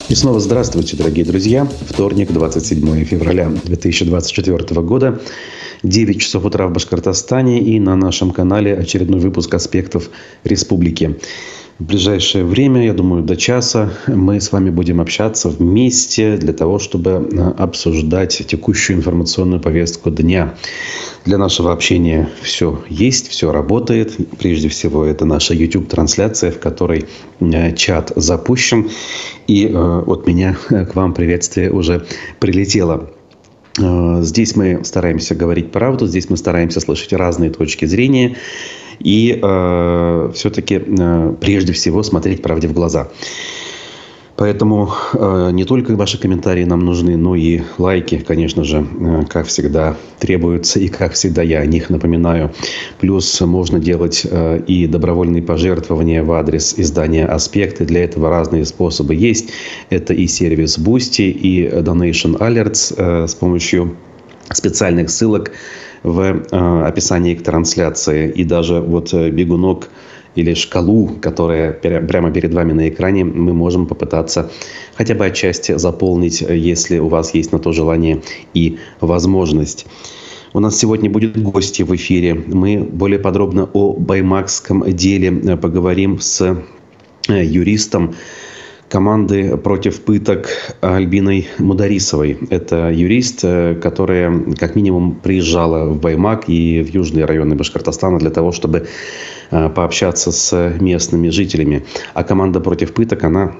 И снова здравствуйте, дорогие друзья. Вторник, 27 февраля 2024 года, 9 часов утра в Башкортостане, и на нашем канале очередной выпуск «Аспектов Республики». В ближайшее время, я думаю, до часа, мы с вами будем общаться вместе для того, чтобы обсуждать текущую информационную повестку дня. Для нашего общения все есть, все работает. Прежде всего, это наша YouTube-трансляция, в которой чат запущен. И от меня к вам приветствие уже прилетело. Здесь мы стараемся говорить правду, здесь мы стараемся слышать разные точки зрения. И все-таки прежде всего смотреть правде в глаза. Поэтому не только ваши комментарии нам нужны, но и лайки, конечно же, как всегда требуются. И как всегда я о них напоминаю. Плюс можно делать и добровольные пожертвования в адрес издания «Аспекты». Для этого разные способы есть. Это и сервис Boosty, и Donation Alerts с помощью специальных ссылок в описании к трансляции. И даже вот бегунок или шкалу, которая прямо перед вами на экране, мы можем попытаться хотя бы отчасти заполнить, если у вас есть на то желание и возможность. У нас сегодня будут гости в эфире. Мы более подробно о баймакском деле поговорим с юристом команды против пыток Альбиной Мударисовой. Это юрист, которая как минимум приезжала в Баймак и в южные районы Башкортостана для того, чтобы пообщаться с местными жителями. А команда против пыток, она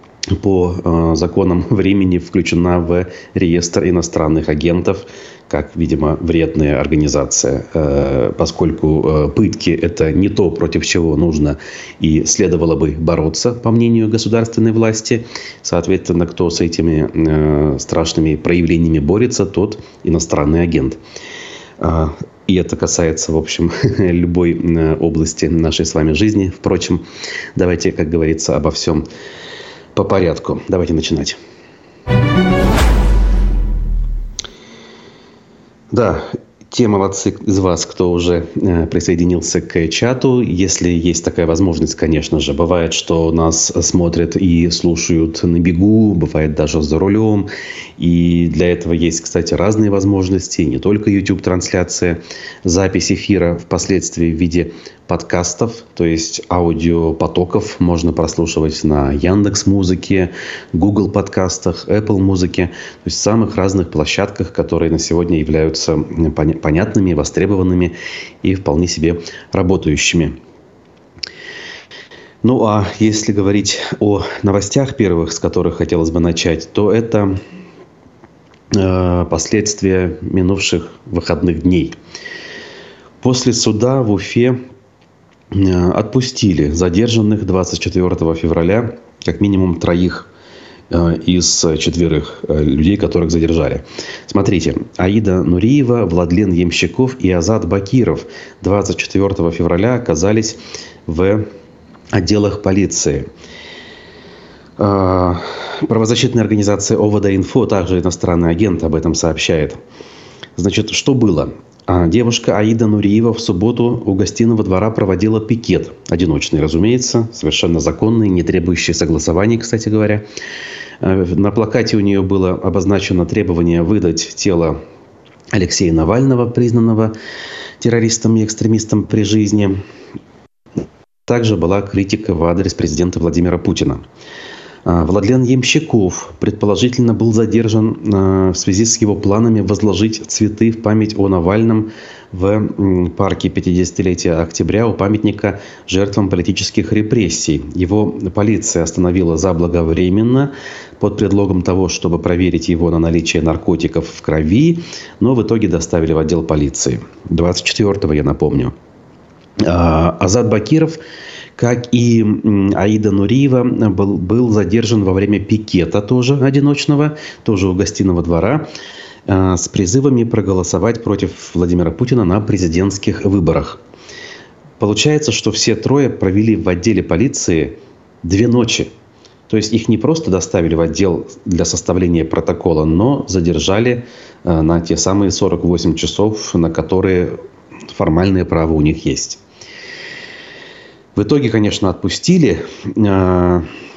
по законам времени включена в реестр иностранных агентов, как, видимо, вредная организация, поскольку пытки – это не то, против чего нужно и следовало бы бороться, по мнению государственной власти. Соответственно, кто с этими страшными проявлениями борется, тот иностранный агент. И это касается, в общем, любой области нашей с вами жизни. Впрочем, давайте, как говорится, обо всем по порядку. Давайте начинать. Да, те молодцы из вас, кто уже присоединился к чату. Если есть такая возможность, конечно же. Бывает, что нас смотрят и слушают на бегу, бывает даже за рулем. И для этого есть, кстати, разные возможности. Не только YouTube-трансляция, запись эфира впоследствии в виде подкастов, то есть аудиопотоков можно прослушивать на Яндекс.Музыке, Google подкастах, Apple Музыке, то есть самых разных площадках, которые на сегодня являются понятными, востребованными и вполне себе работающими. Ну а если говорить о новостях первых, с которых хотелось бы начать, то это последствия минувших выходных дней. После суда в Уфе отпустили задержанных 24 февраля, как минимум 3 из 4 людей, которых задержали. Смотрите, Аида Нуриева, Владлен Ямщиков и Азат Бакиров 24 февраля оказались в отделах полиции. Правозащитная организация ОВД-Инфо, также иностранный агент, об этом сообщает. Значит, что было? Девушка Аида Нуриева в субботу у гостиного двора проводила пикет. Одиночный, разумеется, совершенно законный, не требующий согласований, кстати говоря. На плакате у нее было обозначено требование выдать тело Алексея Навального, признанного террористом и экстремистом при жизни. Также была критика в адрес президента Владимира Путина. Владлен Ямщиков предположительно был задержан в связи с его планами возложить цветы в память о Навальном в парке 50-летия октября у памятника жертвам политических репрессий. Его полиция остановила заблаговременно под предлогом того, чтобы проверить его на наличие наркотиков в крови, но в итоге доставили в отдел полиции. 24-го, я напомню. Азат Бакиров, как и Аида Нуриева, был задержан во время пикета тоже одиночного, тоже у гостиного двора, с призывами проголосовать против Владимира Путина на президентских выборах. Получается, что все 3 провели в отделе полиции 2 ночи. То есть их не просто доставили в отдел для составления протокола, но задержали на те самые 48 часов, на которые формальное право у них есть. В итоге, конечно, отпустили.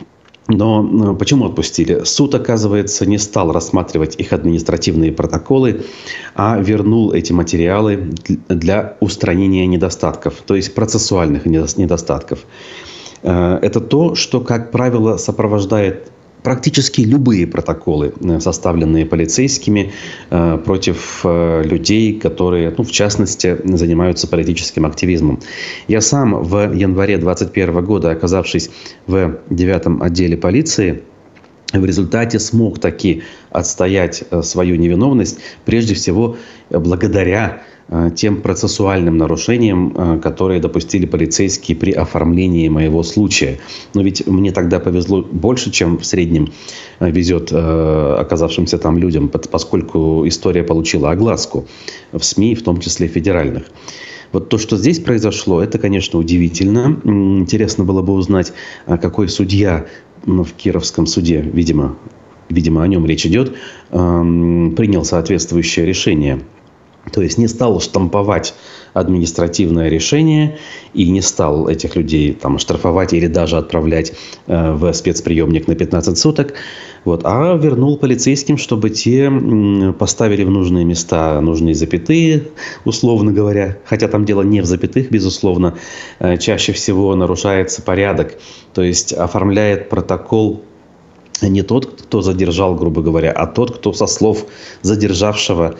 Но почему отпустили? Суд, оказывается, не стал рассматривать их административные протоколы, а вернул эти материалы для устранения недостатков, то есть процессуальных недостатков. Это то, что, как правило, сопровождает практически любые протоколы, составленные полицейскими против людей, которые, в частности, занимаются политическим активизмом. Я сам в январе 2021 года, оказавшись в 9-м отделе полиции, в результате смог таки отстоять свою невиновность, прежде всего благодаря тем процессуальным нарушениям, которые допустили полицейские при оформлении моего случая. Но ведь мне тогда повезло больше, чем в среднем везет оказавшимся там людям, поскольку история получила огласку в СМИ, в том числе федеральных. Вот то, что здесь произошло, это, конечно, удивительно. Интересно было бы узнать, какой судья в Кировском суде, видимо, о нем речь идет, принял соответствующее решение. То есть не стал штамповать административное решение и не стал этих людей штрафовать или даже отправлять в спецприемник на 15 суток, а вернул полицейским, чтобы те поставили в нужные места нужные запятые, условно говоря. Хотя там дело не в запятых, безусловно. Чаще всего нарушается порядок. То есть оформляет протокол не тот, кто задержал, грубо говоря, а тот, кто со слов задержавшего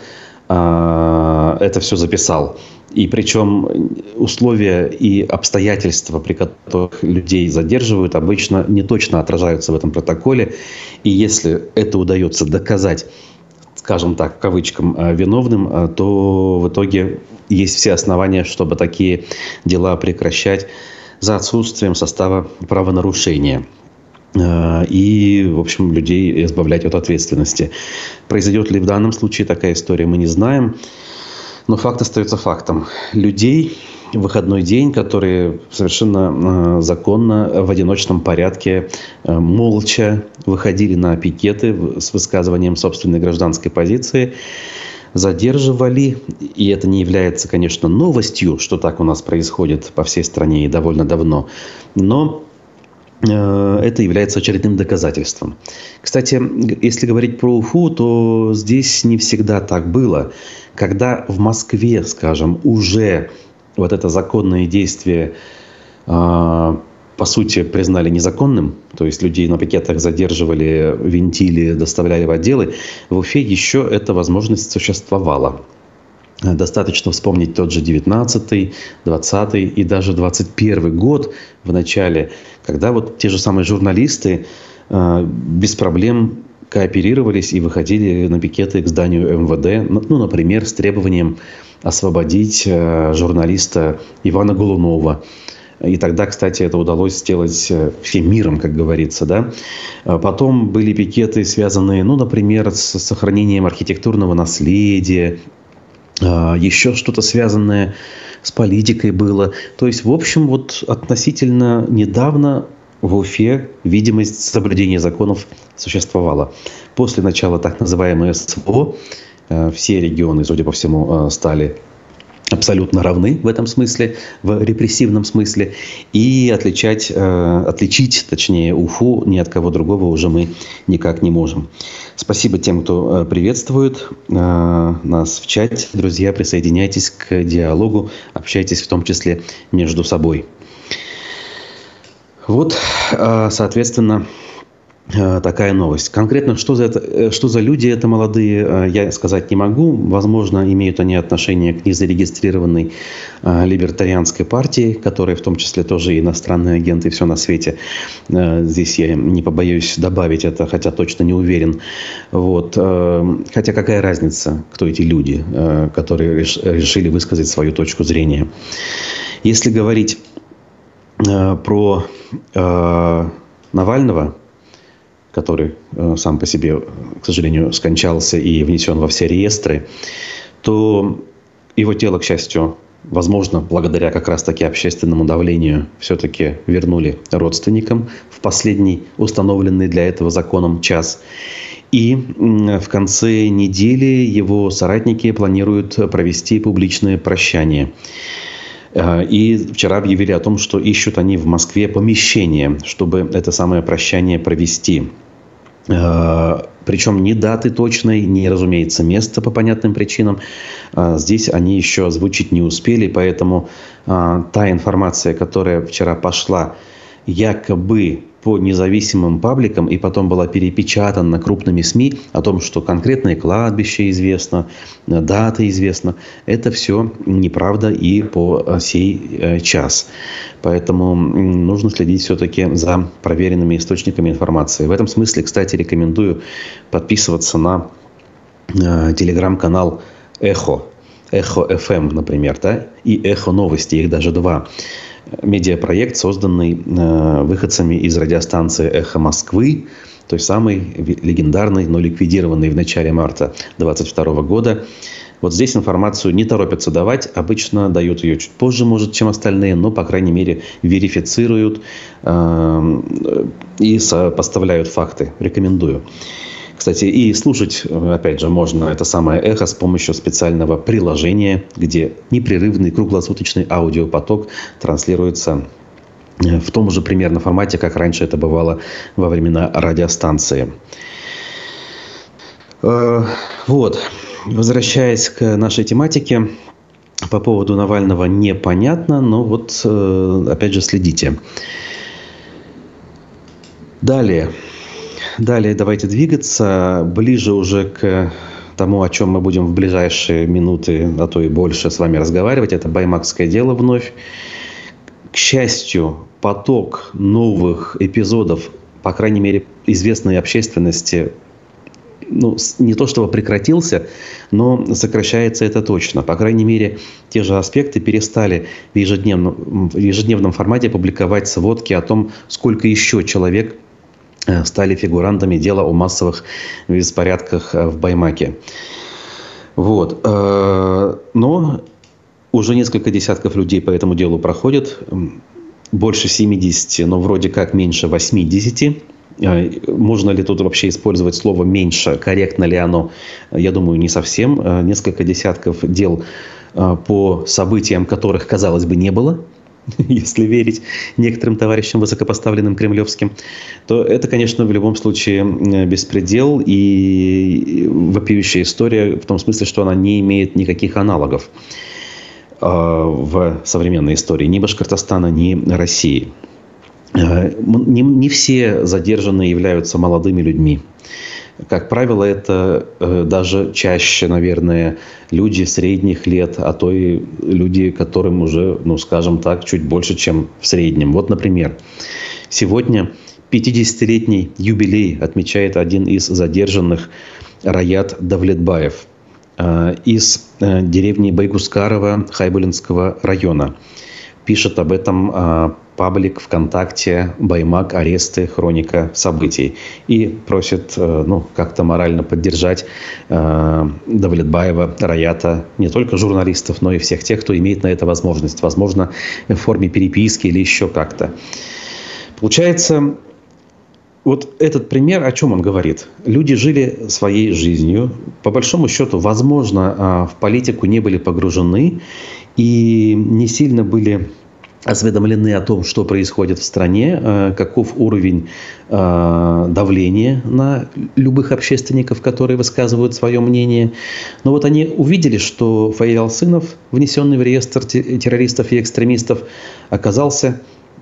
это все записал. И причем условия и обстоятельства, при которых людей задерживают, обычно не точно отражаются в этом протоколе. И если это удается доказать, скажем так, в кавычках, виновным, то в итоге есть все основания, чтобы такие дела прекращать за отсутствием состава правонарушения. И, в общем, людей избавлять от ответственности. Произойдет ли в данном случае такая история, мы не знаем. Но факт остается фактом. Людей в выходной день, которые совершенно законно, в одиночном порядке, молча выходили на пикеты с высказыванием собственной гражданской позиции, задерживали. И это не является, конечно, новостью, что так у нас происходит по всей стране и довольно давно. Но это является очередным доказательством. Кстати, если говорить про Уфу, то здесь не всегда так было. Когда в Москве, скажем, уже это законное действие, по сути, признали незаконным, то есть людей на пикетах задерживали, винтили, доставляли в отделы, в Уфе еще эта возможность существовала. Достаточно вспомнить тот же 19-й, 20-й и даже 21-й год в начале, когда те же самые журналисты без проблем кооперировались и выходили на пикеты к зданию МВД, например, с требованием освободить журналиста Ивана Голунова. И тогда, кстати, это удалось сделать всем миром, как говорится. Да? Потом были пикеты, связанные, например, с сохранением архитектурного наследия, еще что-то связанное с политикой было. То есть, в общем, относительно недавно в Уфе видимость соблюдения законов существовала. После начала так называемой СВО все регионы, судя по всему, стали абсолютно равны в этом смысле, в репрессивном смысле. И отличить, Уфу ни от кого другого уже мы никак не можем. Спасибо тем, кто приветствует нас в чате. Друзья, присоединяйтесь к диалогу, общайтесь в том числе между собой. Соответственно, такая новость. Конкретно, что за люди это молодые, я сказать не могу. Возможно, имеют они отношение к незарегистрированной либертарианской партии, которая в том числе тоже иностранные агенты, все на свете. Здесь я не побоюсь добавить это, хотя точно не уверен. Хотя какая разница, кто эти люди, которые решили высказать свою точку зрения. Если говорить про Навального, который сам по себе, к сожалению, скончался и внесен во все реестры, то его тело, к счастью, возможно, благодаря как раз-таки общественному давлению, все-таки вернули родственникам в последний установленный для этого законом час. И в конце недели его соратники планируют провести публичное прощание. И вчера объявили о том, что ищут они в Москве помещение, чтобы это самое прощание провести. Причем ни даты точной, ни, разумеется, места по понятным причинам здесь они еще озвучить не успели. Поэтому та информация, которая вчера пошла якобы по независимым пабликам и потом была перепечатана крупными СМИ о том, что конкретное кладбище известно, дата известна, это все неправда и по сей час. Поэтому нужно следить все-таки за проверенными источниками информации. В этом смысле, кстати, рекомендую подписываться на телеграм-канал «Эхо». «Эхо FM», например, да? И «Эхо Новости», их даже два. Медиапроект, созданный выходцами из радиостанции «Эхо Москвы», той самой легендарной, но ликвидированной в начале марта 2022 года. Вот здесь информацию не торопятся давать. Обычно дают ее чуть позже, может, чем остальные, но, по крайней мере, верифицируют и поставляют факты. Рекомендую. Кстати, и слушать, опять же, можно это самое «Эхо» с помощью специального приложения, где непрерывный круглосуточный аудиопоток транслируется в том же примерно формате, как раньше это бывало во времена радиостанции. Вот. Возвращаясь к нашей тематике, по поводу Навального непонятно, но вот, опять же, следите. Далее давайте двигаться ближе уже к тому, о чем мы будем в ближайшие минуты, а то и больше с вами разговаривать. Это баймакское дело вновь. К счастью, поток новых эпизодов, по крайней мере, известной общественности, не то чтобы прекратился, но сокращается это точно. По крайней мере, те же аспекты перестали в ежедневном формате публиковать сводки о том, сколько еще человек стали фигурантами дела о массовых беспорядках в Баймаке. Вот. Но уже несколько десятков людей по этому делу проходят. Больше 70, но вроде как меньше 80. Можно ли тут вообще использовать слово «меньше»? Корректно ли оно? Я думаю, не совсем. Несколько десятков дел по событиям, которых, казалось бы, не было. Если верить некоторым товарищам высокопоставленным кремлевским, то это, конечно, в любом случае беспредел и вопиющая история в том смысле, что она не имеет никаких аналогов в современной истории ни Башкортостана, ни России. Не все задержанные являются молодыми людьми. Как правило, это даже чаще, наверное, люди средних лет, а то и люди, которым уже, скажем так, чуть больше, чем в среднем. Вот, например, сегодня 50-летний юбилей отмечает один из задержанных, Раят Давлетбаев, из деревни Байгускарова Хайбулинского района. Пишет об этом паблик ВКонтакте «Баймак. Аресты. Хроника событий». И просит как-то морально поддержать Давлетбаева, Раята, не только журналистов, но и всех тех, кто имеет на это возможность. Возможно, в форме переписки или еще как-то. Получается, вот этот пример, о чем он говорит? Люди жили своей жизнью. По большому счету, возможно, в политику не были погружены и не сильно были осведомлены о том, что происходит в стране, каков уровень давления на любых общественников, которые высказывают свое мнение. Но вот они увидели, что Фаиль Алсынов, внесенный в реестр террористов и экстремистов, оказался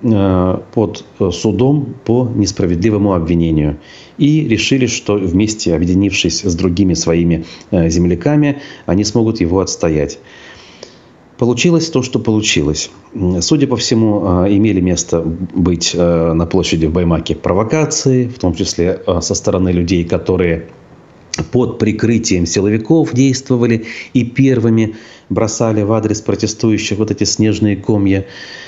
под судом по несправедливому обвинению. И решили, что вместе, объединившись с другими своими земляками, они смогут его отстоять. Получилось то, что получилось. Судя по всему, имели место быть на площади в Баймаке провокации, в том числе со стороны людей, которые под прикрытием силовиков действовали и первыми бросали в адрес протестующих вот эти снежные комья.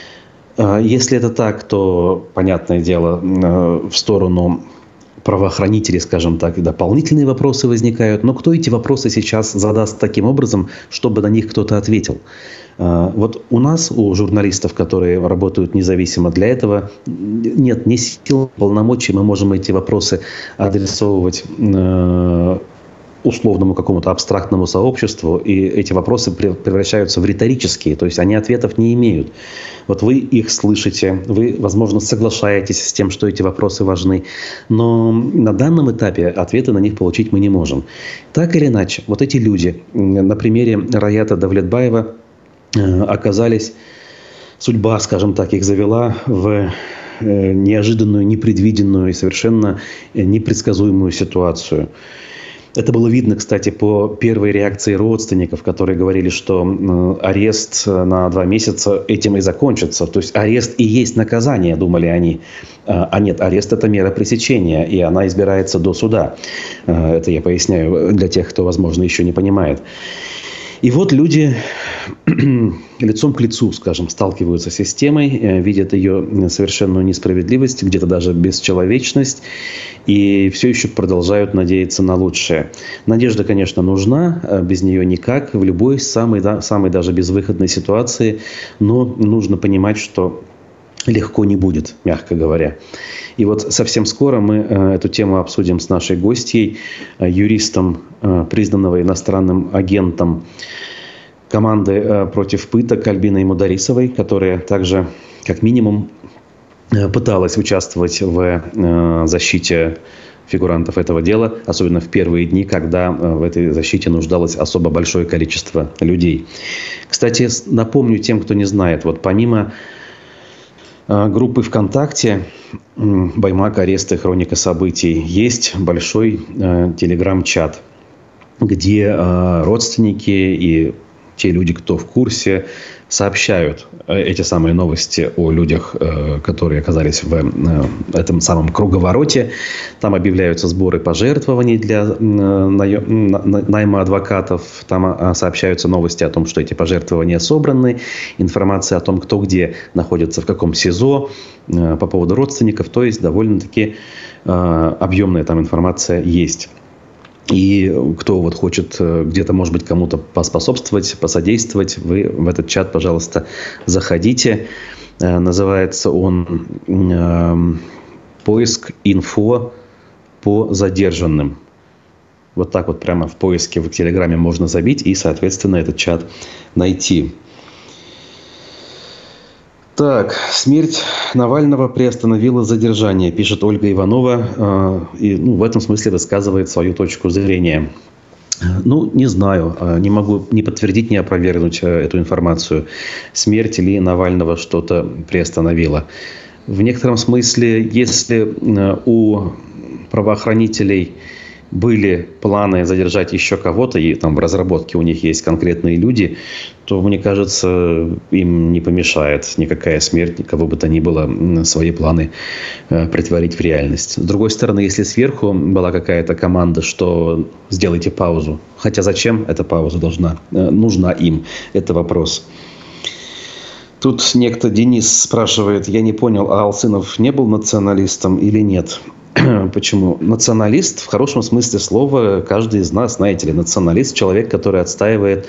Если это так, то, понятное дело, в сторону правоохранителей, скажем так, дополнительные вопросы возникают. Но кто эти вопросы сейчас задаст таким образом, чтобы на них кто-то ответил? Вот у нас, у журналистов, которые работают независимо, для этого нет ни сил, ни полномочий. Мы можем эти вопросы адресовывать условному какому-то абстрактному сообществу, и эти вопросы превращаются в риторические, то есть они ответов не имеют. Вот вы их слышите, вы, возможно, соглашаетесь с тем, что эти вопросы важны, но на данном этапе ответы на них получить мы не можем. Так или иначе, вот эти люди, на примере Раята Давлетбаева, оказались, судьба, скажем так, их завела в неожиданную, непредвиденную и совершенно непредсказуемую ситуацию. Это было видно, кстати, по первой реакции родственников, которые говорили, что арест на 2 месяца этим и закончится. То есть арест и есть наказание, думали они. А нет, арест – это мера пресечения, и она избирается до суда. Это я поясняю для тех, кто, возможно, еще не понимает. И вот люди лицом к лицу, скажем, сталкиваются с системой, видят ее совершенную несправедливость, где-то даже бесчеловечность, и все еще продолжают надеяться на лучшее. Надежда, конечно, нужна, без нее никак, в любой самой даже безвыходной ситуации, но нужно понимать, что легко не будет, мягко говоря. И вот совсем скоро мы эту тему обсудим с нашей гостьей, юристом, признанного иностранным агентом команды против пыток Альбиной Мударисовой, которая также, как минимум, пыталась участвовать в защите фигурантов этого дела, особенно в первые дни, когда в этой защите нуждалось особо большое количество людей. Кстати, напомню тем, кто не знает, вот помимо группы ВКонтакте «Баймак. Аресты. Хроника событий» есть большой телеграм-чат, где родственники и те люди, кто в курсе, сообщают эти самые новости о людях, которые оказались в этом самом круговороте. Там объявляются сборы пожертвований для найма адвокатов. Там сообщаются новости о том, что эти пожертвования собраны. Информация о том, кто где находится, в каком СИЗО. По поводу родственников. То есть довольно-таки объемная там информация есть. И кто вот хочет где-то, может быть, кому-то поспособствовать, посодействовать, вы в этот чат, пожалуйста, заходите. Называется он «Поиск инфо по задержанным». Вот так вот прямо в поиске в Телеграме можно забить и, соответственно, этот чат найти. Так, смерть Навального приостановила задержание, пишет Ольга Иванова, и в этом смысле высказывает свою точку зрения. Не знаю, не могу ни подтвердить, ни опровергнуть эту информацию. Смерть ли Навального что-то приостановила. В некотором смысле, если у правоохранителей были планы задержать еще кого-то, и там в разработке у них есть конкретные люди, то, мне кажется, им не помешает никакая смерть, кого бы то ни было, свои планы претворить в реальность. С другой стороны, если сверху была какая-то команда, что сделайте паузу, хотя зачем эта пауза нужна им, это вопрос. Тут некто Денис спрашивает, я не понял, а Алсынов не был националистом или нет? Почему? Националист, в хорошем смысле слова, каждый из нас, знаете ли, националист – человек, который отстаивает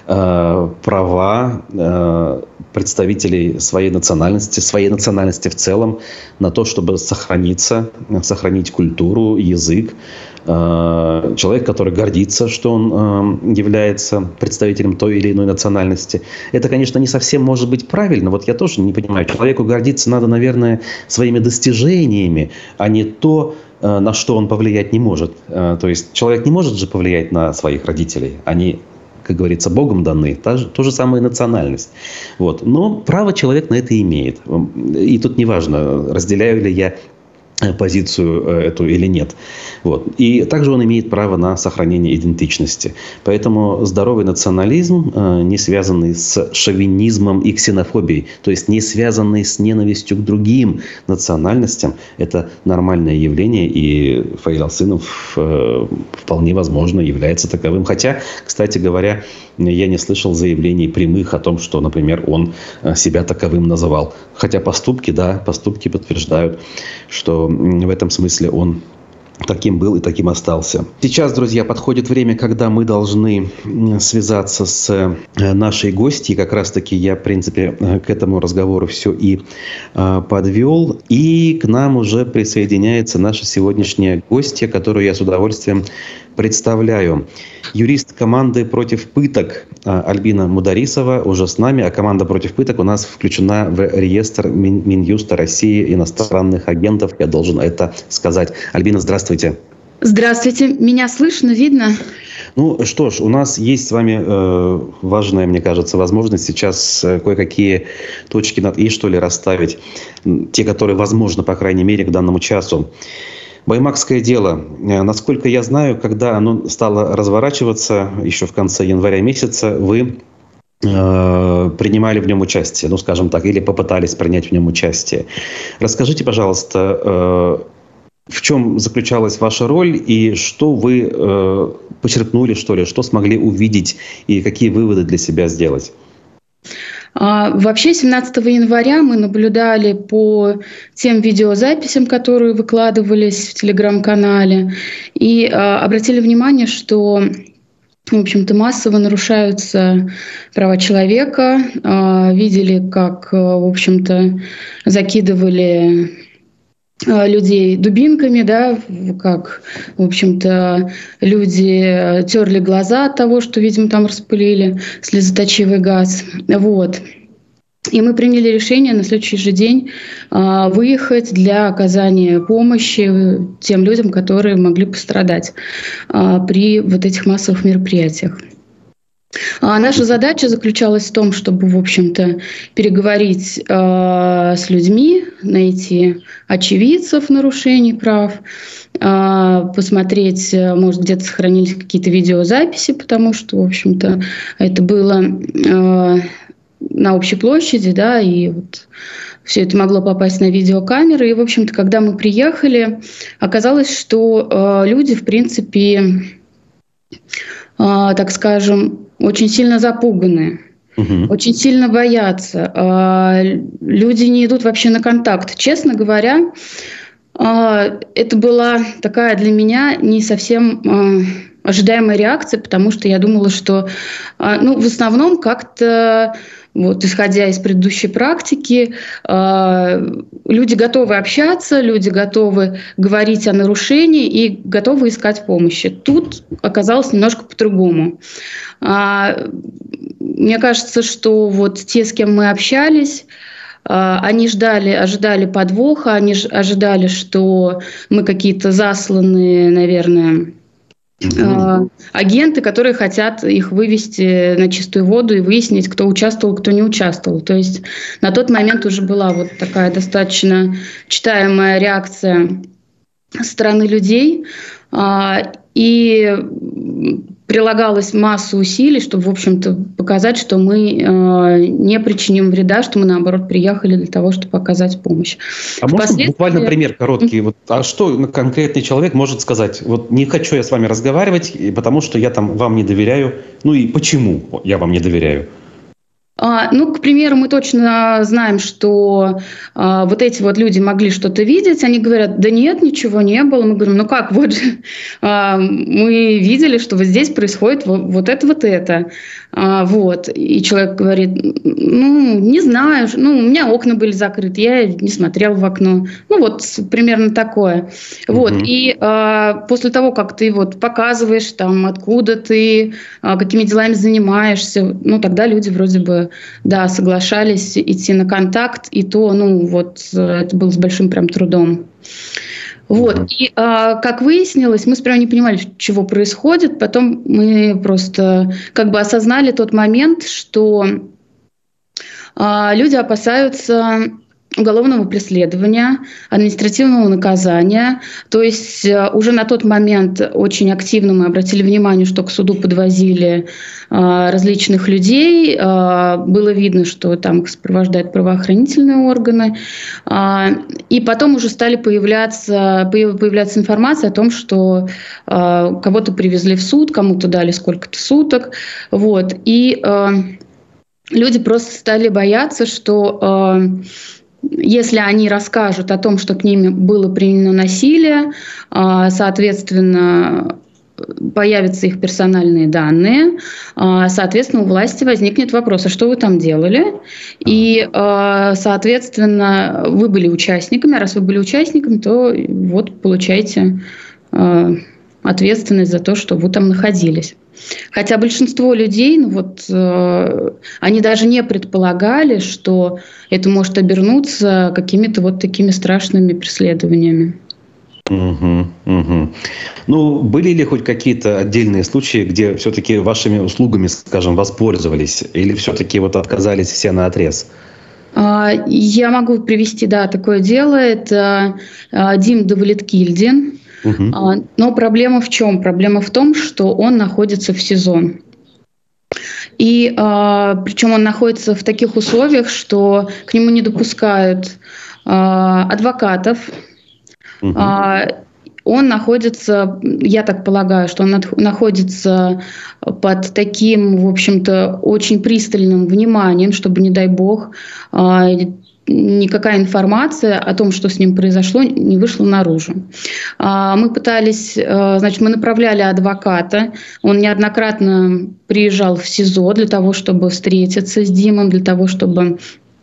права представителей своей национальности в целом на то, чтобы сохранить культуру, язык. Человек, который гордится, что он является представителем той или иной национальности. Это, конечно, не совсем может быть правильно. Вот я тоже не понимаю. Человеку гордиться надо, наверное, своими достижениями, а не то, на что он повлиять не может. То есть человек не может же повлиять на своих родителей. Они, как говорится, Богом даны. То же самое национальность. Вот. Но право человек на это имеет. И тут неважно, разделяю ли я позицию эту или нет. Вот. И также он имеет право на сохранение идентичности. Поэтому здоровый национализм, не связанный с шовинизмом и ксенофобией, то есть не связанный с ненавистью к другим национальностям, это нормальное явление, и Фаиль Алсынов вполне возможно является таковым. Хотя, кстати говоря, я не слышал заявлений прямых о том, что, например, он себя таковым называл. Хотя поступки подтверждают, что в этом смысле он таким был и таким остался. Сейчас, друзья, подходит время, когда мы должны связаться с нашей гостьей. Как раз-таки я, в принципе, к этому разговору все и подвел. И к нам уже присоединяется наша сегодняшняя гостья, которую я с удовольствием представляю. Юрист команды «Против пыток» Альбина Мударисова уже с нами, а команда «Против пыток» у нас включена в реестр Минюста России иностранных агентов. Я должен это сказать. Альбина, здравствуйте. Здравствуйте. Меня слышно, видно? Ну что ж, у нас есть с вами важная, мне кажется, возможность сейчас кое-какие точки над «и», что ли, расставить. Те, которые возможно, по крайней мере, к данному часу. Баймакское дело. Насколько я знаю, когда оно стало разворачиваться, еще в конце января месяца, вы принимали в нем участие, ну, скажем так, или попытались принять в нем участие. Расскажите, пожалуйста, в чем заключалась ваша роль и что вы почерпнули, что ли, что смогли увидеть и какие выводы для себя сделать? Вообще, 17 января мы наблюдали по тем видеозаписям, которые выкладывались в телеграм-канале, и обратили внимание, что, в общем-то, массово нарушаются права человека. Видели, как, в общем-то, закидывали людей дубинками, да, как, в общем-то, люди терли глаза от того, что, видимо, там распылили слезоточивый газ. Вот. И мы приняли решение на следующий же день выехать для оказания помощи тем людям, которые могли пострадать при вот этих массовых мероприятиях. Наша задача заключалась в том, чтобы, в общем-то, переговорить с людьми, найти очевидцев нарушений прав, посмотреть, может, где-то сохранились какие-то видеозаписи, потому что, в общем-то, это было на общей площади, да, и вот все это могло попасть на видеокамеры. И, в общем-то, когда мы приехали, оказалось, что люди, в принципе, так скажем, очень сильно запуганы, очень сильно боятся. Люди не идут вообще на контакт. Честно говоря, это была такая для меня не совсем ожидаемая реакция, потому что я думала, что в основном как-то, вот, исходя из предыдущей практики, люди готовы общаться, люди готовы говорить о нарушении и готовы искать помощи. Тут оказалось немножко по-другому. Мне кажется, что вот те, с кем мы общались, они ожидали подвоха, они ожидали, что мы какие-то засланные, наверное, агенты, которые хотят их вывести на чистую воду и выяснить, кто участвовал, кто не участвовал. То есть на тот момент уже была вот такая достаточно читаемая реакция со стороны людей, и прилагалась масса усилий, чтобы, в общем-то, показать, что мы не причиним вреда, что мы, наоборот, приехали для того, чтобы оказать помощь. А можно буквально пример короткий? Вот, а что конкретный человек может сказать? Вот не хочу я с вами разговаривать, потому что я там вам не доверяю. Ну и почему я вам не доверяю? К примеру, мы точно знаем, что вот эти вот люди могли что-то видеть. Они говорят, да нет, ничего не было. Мы говорим, ну как, вот же мы видели, что вот здесь происходит вот это. Вот. И человек говорит, не знаю, у меня окна были закрыты, я не смотрел в окно. Вот примерно такое. Вот. И после того, как ты вот показываешь, там, откуда ты, какими делами занимаешься, тогда люди вроде бы, да, соглашались идти на контакт, и то, это было с большим прям трудом. Вот. И как выяснилось, мы сперва не понимали, чего происходит, потом мы просто как бы осознали тот момент, что люди опасаются уголовного преследования, административного наказания. То есть уже на тот момент очень активно мы обратили внимание, что к суду подвозили различных людей. Было видно, что там их сопровождают правоохранительные органы. И потом уже стали появляться информация о том, что кого-то привезли в суд, кому-то дали сколько-то суток. Вот. И люди просто стали бояться, что Если они расскажут о том, что к ним было применено насилие, соответственно, появятся их персональные данные, соответственно, у власти возникнет вопрос, а что вы там делали? И, соответственно, вы были участниками, а раз вы были участниками, то вот получаете ответственность за то, что вы там находились. Хотя большинство людей, они даже не предполагали, что это может обернуться какими-то вот такими страшными преследованиями. Ну, были ли хоть какие-то отдельные случаи, где все-таки вашими услугами, скажем, воспользовались, или все-таки вот отказались все наотрез? Я могу привести, такое дело. Это Дим Давлеткильдин. Но проблема в чем? Проблема в том, что он находится в СИЗО. И причем он находится в таких условиях, что к нему не допускают адвокатов. Он находится, я так полагаю, что он находится под таким, в общем-то, очень пристальным вниманием, чтобы, не дай бог, никакая информация о том, что с ним произошло, не вышла наружу. Мы пытались, мы направляли адвоката, он неоднократно приезжал в СИЗО для того, чтобы встретиться с Димом, для того, чтобы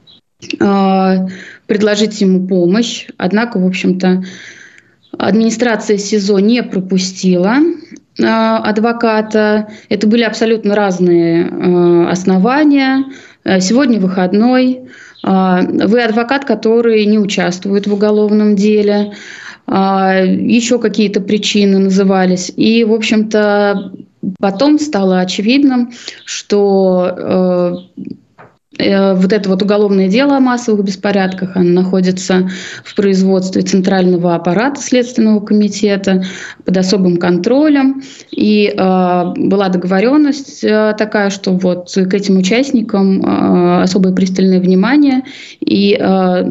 предложить ему помощь. Однако, в общем-то, администрация СИЗО не пропустила адвоката. Это были абсолютно разные основания. Сегодня выходной. Вы адвокат, который не участвует в уголовном деле. Еще какие-то причины назывались. И, в общем-то, потом стало очевидным, что вот это вот уголовное дело о массовых беспорядках, оно находится в производстве Центрального аппарата Следственного комитета под особым контролем. И была договоренность такая, что вот к этим участникам особое пристальное внимание и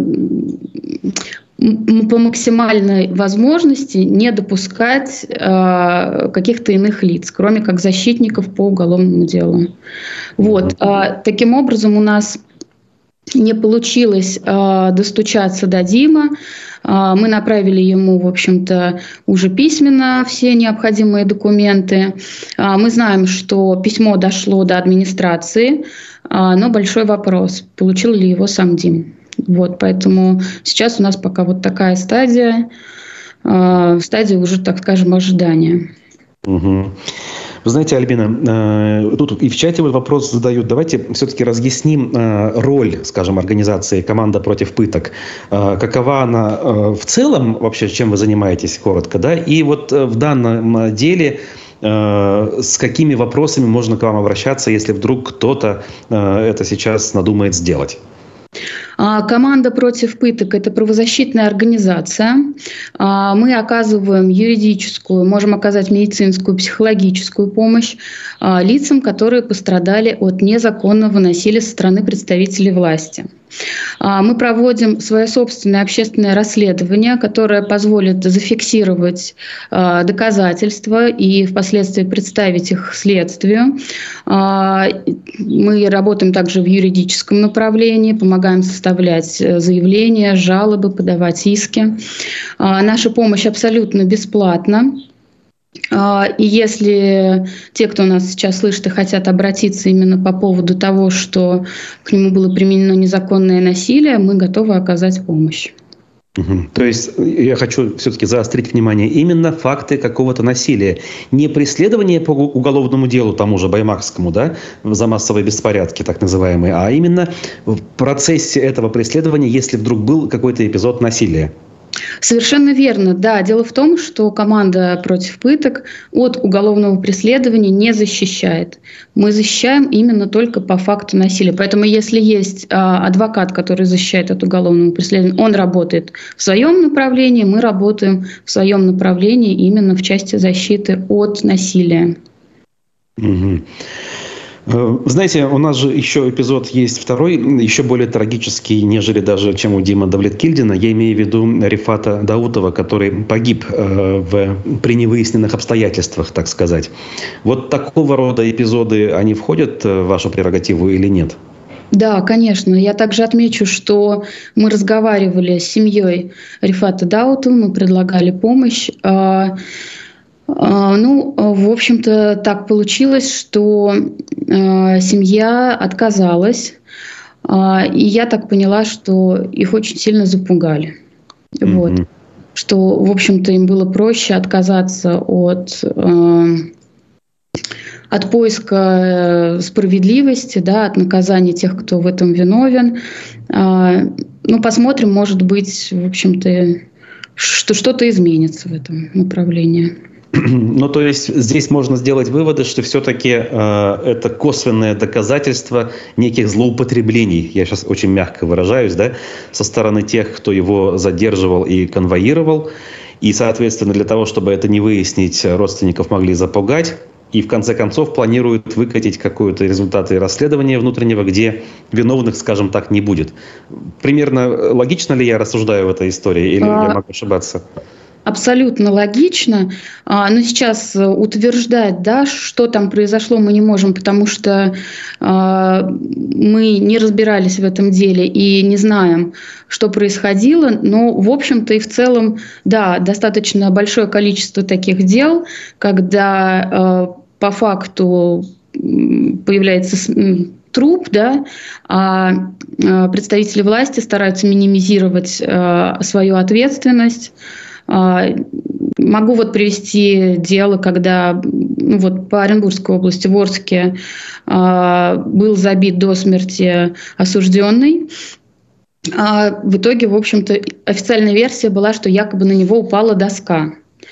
по максимальной возможности не допускать каких-то иных лиц, кроме как защитников по уголовному делу. Вот. Таким образом, у нас не получилось достучаться до Дима. Мы направили ему, в общем-то, уже письменно все необходимые документы. Мы знаем, что письмо дошло до администрации, но большой вопрос, получил ли его сам Дим. Вот, поэтому сейчас у нас пока вот такая стадия уже, так скажем, ожидания. Вы знаете, Альбина, тут и в чате вот вопрос задают. Давайте все-таки разъясним роль, скажем, организации «Команда против пыток». Какова она в целом вообще, чем вы занимаетесь, коротко, да? И вот в данном деле с какими вопросами можно к вам обращаться, если вдруг кто-то это сейчас надумает сделать? Команда против пыток – это правозащитная организация. Мы оказываем юридическую, можем оказать медицинскую, психологическую помощь лицам, которые пострадали от незаконного насилия со стороны представителей власти. Мы проводим свое собственное общественное расследование, которое позволит зафиксировать доказательства и впоследствии представить их следствию. Мы работаем также в юридическом направлении, помогаем составлять заявления, жалобы, подавать иски. Наша помощь абсолютно бесплатна. И если те, кто нас сейчас слышит и хотят обратиться именно по поводу того, что к нему было применено незаконное насилие, мы готовы оказать помощь. То есть я хочу все-таки заострить внимание, именно факты какого-то насилия. Не преследование по уголовному делу, тому же Баймакскому, да, за массовые беспорядки так называемые, а именно в процессе этого преследования, если вдруг был какой-то эпизод насилия. Совершенно верно. Да, дело в том, что команда против пыток от уголовного преследования не защищает. Мы защищаем именно только по факту насилия. Поэтому если есть адвокат, который защищает от уголовного преследования, он работает в своем направлении, мы работаем в своем направлении именно в части защиты от насилия. Знаете, у нас же еще эпизод есть второй, еще более трагический, нежели даже, чем у Димы Давлеткильдина. Я имею в виду Рифата Даутова, который погиб при невыясненных обстоятельствах, так сказать. Вот такого рода эпизоды, они входят в вашу прерогативу или нет? Да, конечно. Я также отмечу, что мы разговаривали с семьей Рифата Даутова, мы предлагали помощь. В общем-то, так получилось, что семья отказалась, и я так поняла, что их очень сильно запугали. Вот. Что, в общем-то, им было проще отказаться от поиска справедливости, да, от наказания тех, кто в этом виновен. Посмотрим, может быть, в общем-то, что что-то изменится в этом направлении. Ну, то есть здесь можно сделать выводы, что все-таки это косвенное доказательство неких злоупотреблений, я сейчас очень мягко выражаюсь, да, со стороны тех, кто его задерживал и конвоировал. И, соответственно, для того, чтобы это не выяснить, родственников могли запугать. И в конце концов планируют выкатить какие-то результаты расследования внутреннего, где виновных, скажем так, не будет. Примерно логично ли я рассуждаю в этой истории, или я могу ошибаться? Абсолютно логично. Но сейчас утверждать, да, что там произошло, мы не можем, потому что мы не разбирались в этом деле и не знаем, что происходило. Но, в общем-то и в целом, да, достаточно большое количество таких дел, когда по факту появляется труп, да, а представители власти стараются минимизировать свою ответственность. Могу привести дело, когда по Оренбургской области, в Орске, был забит до смерти осужденный. В итоге, в общем-то, официальная версия была, что якобы на него упала доска.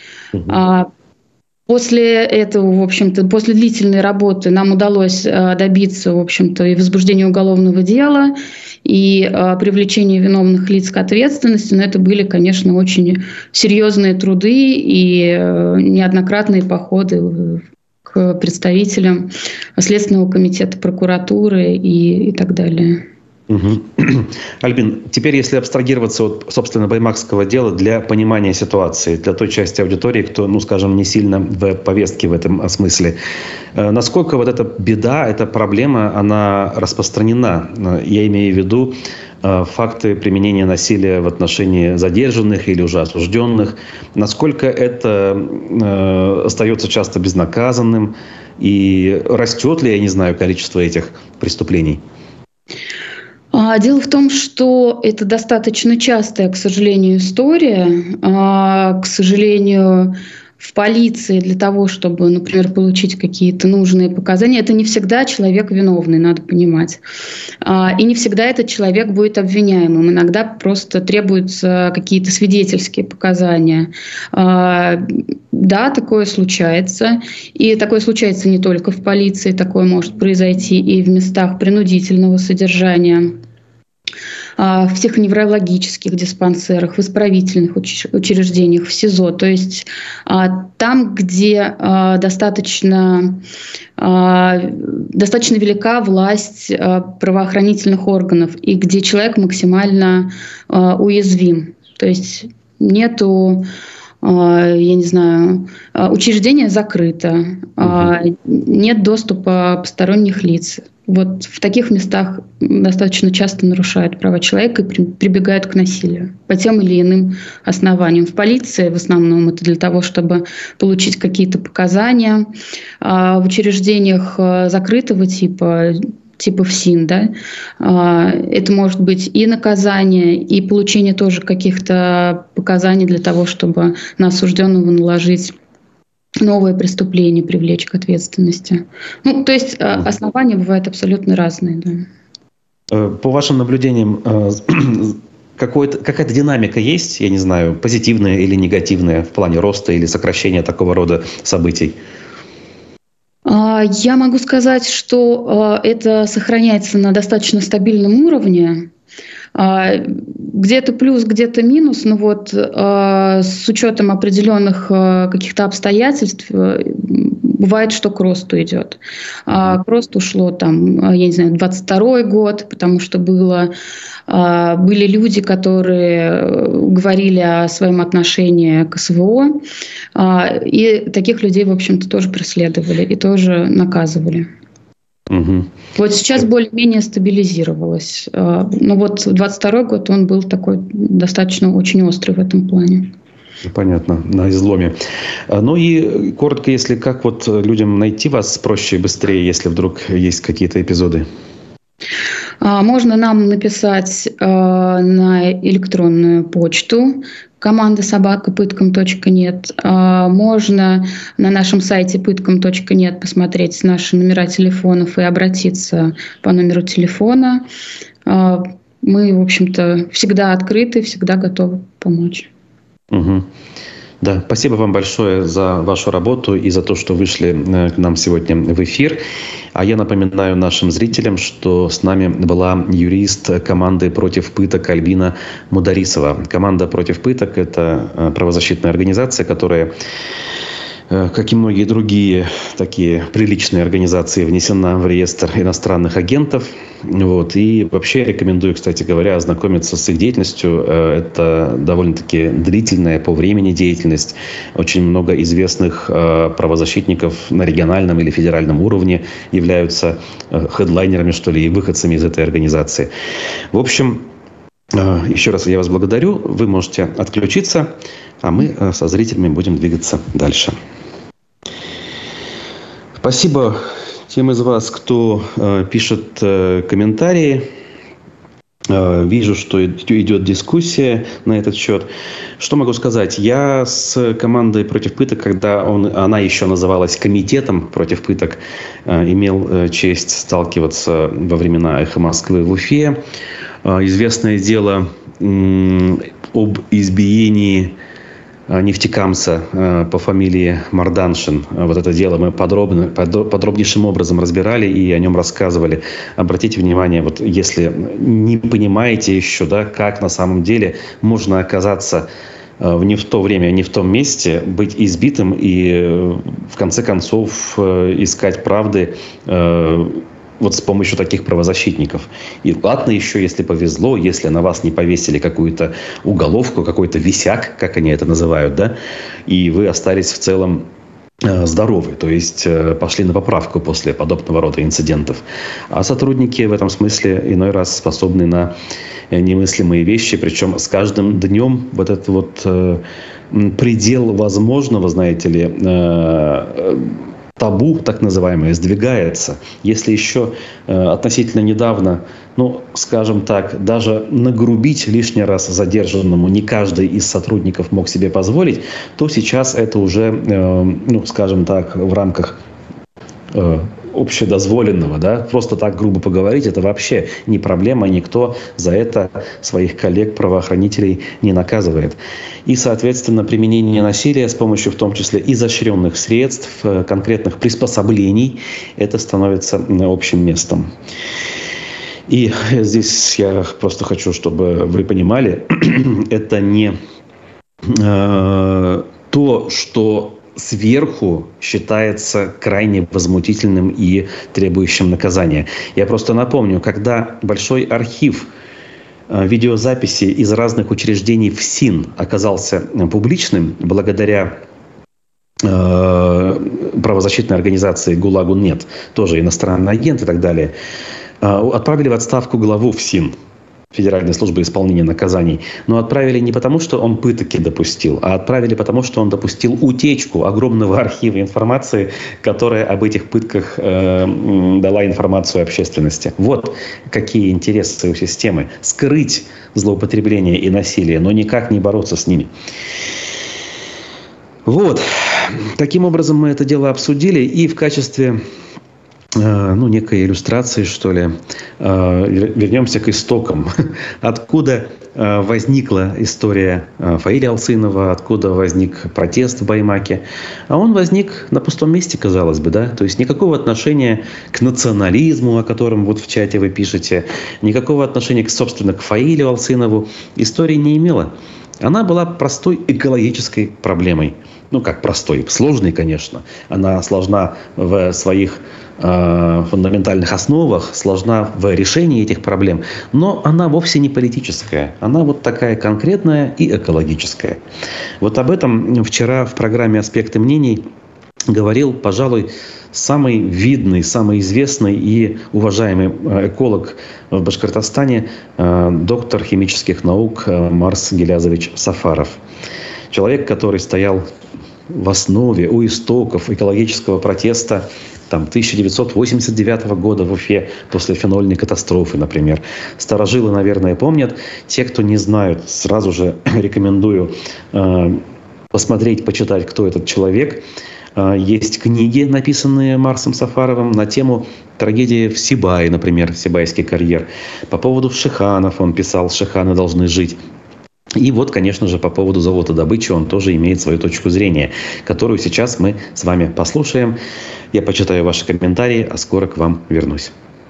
После этого, в общем-то, после длительной работы нам удалось добиться, в общем-то, и возбуждения уголовного дела, и привлечения виновных лиц к ответственности. Но это были, конечно, очень серьезные труды и неоднократные походы к представителям Следственного комитета, прокуратуры и так далее. Альбин, теперь если абстрагироваться от, собственно, баймакского дела для понимания ситуации, для той части аудитории, кто, скажем, не сильно в повестке в этом смысле, насколько эта беда, эта проблема, она распространена? Я имею в виду факты применения насилия в отношении задержанных или уже осужденных. Насколько это остается часто безнаказанным? И растет ли, я не знаю, количество этих преступлений? Дело в том, что это достаточно частая, к сожалению, история. К сожалению, в полиции для того, чтобы, например, получить какие-то нужные показания, это не всегда человек виновный, надо понимать. И не всегда этот человек будет обвиняемым. Иногда просто требуются какие-то свидетельские показания. Да, такое случается. И такое случается не только в полиции, такое может произойти и в местах принудительного содержания, в психоневрологических диспансерах, в исправительных учреждениях, в СИЗО. То есть там, где достаточно велика власть правоохранительных органов и где человек максимально уязвим. То есть нету, я не знаю, учреждение закрыто, нет доступа посторонних лиц. В таких местах достаточно часто нарушают права человека и прибегают к насилию по тем или иным основаниям. В полиции в основном это для того, чтобы получить какие-то показания. В учреждениях закрытого типа ФСИН, да, это может быть и наказание, и получение тоже каких-то показаний для того, чтобы на осужденного наложить новое преступление, привлечь к ответственности. То есть основания бывают абсолютно разные. Да. По вашим наблюдениям, какая-то динамика есть, я не знаю, позитивная или негативная в плане роста или сокращения такого рода событий? Я могу сказать, что это сохраняется на достаточно стабильном уровне. Где-то плюс, где-то минус, но с учетом определенных каких-то обстоятельств бывает, что к росту идет. К росту ушло 22-й год, потому что были люди, которые говорили о своем отношении к СВО, и таких людей, в общем-то, тоже преследовали и тоже наказывали. Угу. Вот сейчас более-менее стабилизировалось. Но вот 22 год, он был такой достаточно очень острый в этом плане. Понятно, на изломе. Ну и коротко, если как вот людям найти вас проще и быстрее, если вдруг есть какие-то эпизоды? Можно нам написать на электронную почту команда@pytcom.net. Можно на нашем сайте pytcom.net посмотреть наши номера телефонов и обратиться по номеру телефона. Мы, в общем-то, всегда открыты, всегда готовы помочь. Угу. Да, спасибо вам большое за вашу работу и за то, что вышли к нам сегодня в эфир. А я напоминаю нашим зрителям, что с нами была юрист команды «Против пыток» Альбина Мударисова. Команда «Против пыток» — это правозащитная организация, которая, как и многие другие такие приличные организации, внесена в реестр иностранных агентов. Вот. И вообще рекомендую, кстати говоря, ознакомиться с их деятельностью. Это довольно-таки длительная по времени деятельность. Очень много известных правозащитников на региональном или федеральном уровне являются хедлайнерами, что ли, и выходцами из этой организации. В общем, еще раз я вас благодарю. Вы можете отключиться, а мы со зрителями будем двигаться дальше. Спасибо тем из вас, кто пишет комментарии. Вижу, что идет дискуссия на этот счет. Что могу сказать? Я с командой «Против пыток», когда она еще называлась комитетом «Против пыток», имел честь сталкиваться во времена «Эхо Москвы» в Уфе. Известное дело об избиении нефтекамца по фамилии Марданшин. Вот это дело мы подробнейшим образом разбирали и о нем рассказывали. Обратите внимание, вот если не понимаете еще, да, как на самом деле можно оказаться не в то время, не в том месте, быть избитым и в конце концов искать правды вот с помощью таких правозащитников. И ладно еще, если повезло, если на вас не повесили какую-то уголовку, какой-то висяк, как они это называют, да, и вы остались в целом здоровы, то есть пошли на поправку после подобного рода инцидентов. А сотрудники в этом смысле иной раз способны на немыслимые вещи, причем с каждым днем вот этот вот предел возможного, знаете ли, табу, так называемое, сдвигается. Если еще относительно недавно, ну, скажем так, даже нагрубить лишний раз задержанному не каждый из сотрудников мог себе позволить, то сейчас это уже, ну, скажем так, в рамках общедозволенного, да, просто так грубо поговорить, это вообще не проблема, никто за это своих коллег-правоохранителей не наказывает. И, соответственно, применение насилия с помощью, в том числе, изощренных средств, конкретных приспособлений, это становится общим местом. И здесь я просто хочу, чтобы вы понимали, это не то, что сверху считается крайне возмутительным и требующим наказания. Я просто напомню, когда большой архив видеозаписей из разных учреждений ФСИН оказался публичным, благодаря правозащитной организации «ГУЛАГу нет», тоже иностранный агент и так далее, отправили в отставку главу ФСИН, Федеральной службы исполнения наказаний. Но отправили не потому, что он пытки допустил, а отправили потому, что он допустил утечку огромного архива информации, которая об этих пытках дала информацию общественности. Вот какие интересы у системы. Скрыть злоупотребление и насилие, но никак не бороться с ними. Вот. Таким образом мы это дело обсудили, и в качестве некой иллюстрации, что ли, вернемся к истокам. Откуда возникла история Фаиля Алсынова, откуда возник протест в Баймаке. А он возник на пустом месте, казалось бы, да? То есть никакого отношения к национализму, о котором вот в чате вы пишете, никакого отношения, собственно, к Фаилю Алсынову история не имела. Она была простой экологической проблемой. Ну, как простой, сложной, конечно. Она сложна в своих фундаментальных основах, сложна в решении этих проблем, но она вовсе не политическая. Она вот такая конкретная и экологическая. Вот об этом вчера в программе «Аспекты мнений» говорил, пожалуй, самый видный, самый известный и уважаемый эколог в Башкортостане, доктор химических наук Марс Гилязович Сафаров. Человек, который стоял в основе, у истоков экологического протеста 1989 года в Уфе после фенольной катастрофы, например. Старожилы, наверное, помнят. Те, кто не знают, сразу же рекомендую посмотреть, почитать, кто этот человек. Есть книги, написанные Марсом Сафаровым на тему трагедии в Сибае, например, Сибайский карьер. По поводу шиханов он писал «Шиханы должны жить». И вот, конечно же, по поводу золотодобычи он тоже имеет свою точку зрения, которую сейчас мы с вами послушаем. Я почитаю ваши комментарии, а скоро к вам вернусь.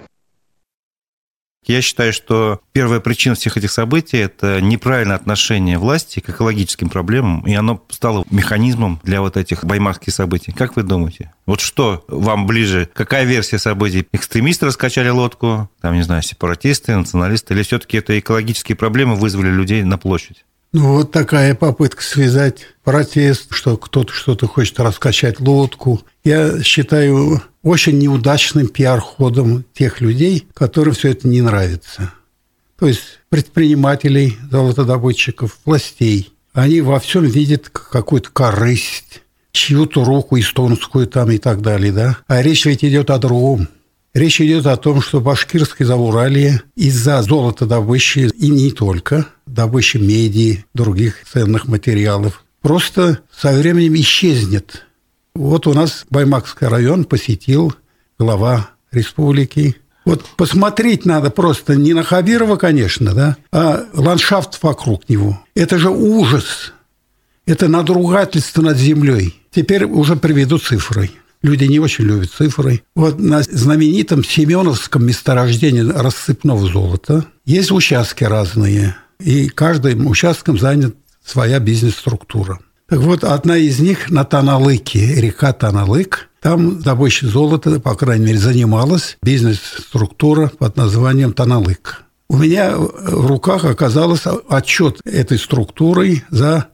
Я считаю, что первая причина всех этих событий – это неправильное отношение власти к экологическим проблемам, и оно стало механизмом для вот этих баймакских событий. Как вы думаете? Вот что вам ближе? Какая версия событий? Экстремисты раскачали лодку, сепаратисты, националисты, или все-таки это экологические проблемы вызвали людей на площадь? Вот такая попытка связать протест, что кто-то что-то хочет раскачать лодку. Я считаю очень неудачным пиар-ходом тех людей, которым все это не нравится. То есть предпринимателей, золотодобытчиков, властей. Они во всем видят какую-то корысть, чью-то руку эстонскую и так далее. Да? А речь ведь идет о другом. Речь идет о том, что Башкирское Зауралье из-за золотодобычи и не только, добычи меди, других ценных материалов, просто со временем исчезнет. Вот у нас Баймакский район посетил глава республики. Вот посмотреть надо просто не на Хабирова, конечно, да, а ландшафт вокруг него. Это же ужас. Это надругательство над землей. Теперь уже приведу цифрой. Люди не очень любят цифры. Вот на знаменитом Семеновском месторождении рассыпного золота есть участки разные. И каждым участком занята своя бизнес-структура. Так вот, одна из них на Таналыке, река Таналык. Там добычей золота, по крайней мере, занималась бизнес-структура под названием Таналык. У меня в руках оказался отчет этой структуры за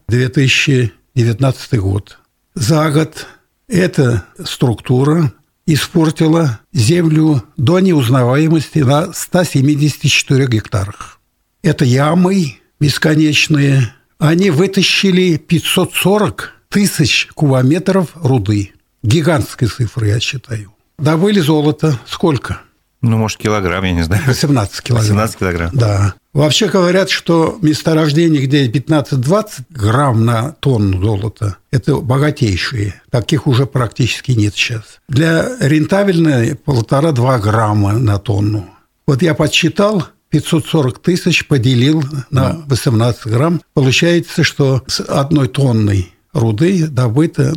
2019 год. За год эта структура испортила землю до неузнаваемости на 174 гектарах. Это ямы бесконечные. Они вытащили 540 тысяч кубометров руды. Гигантская цифра, я считаю. Добыли золото. Сколько? Может, килограмм, я не знаю. 18 килограмм. 18 килограмм. Да. Вообще говорят, что месторождение, где 15-20 грамм на тонну золота, это богатейшие. Таких уже практически нет сейчас. Для рентабельной 1,5-2 грамма на тонну. Вот я подсчитал, 540 тысяч поделил на 18 грамм. Получается, что с одной тонной руды добыто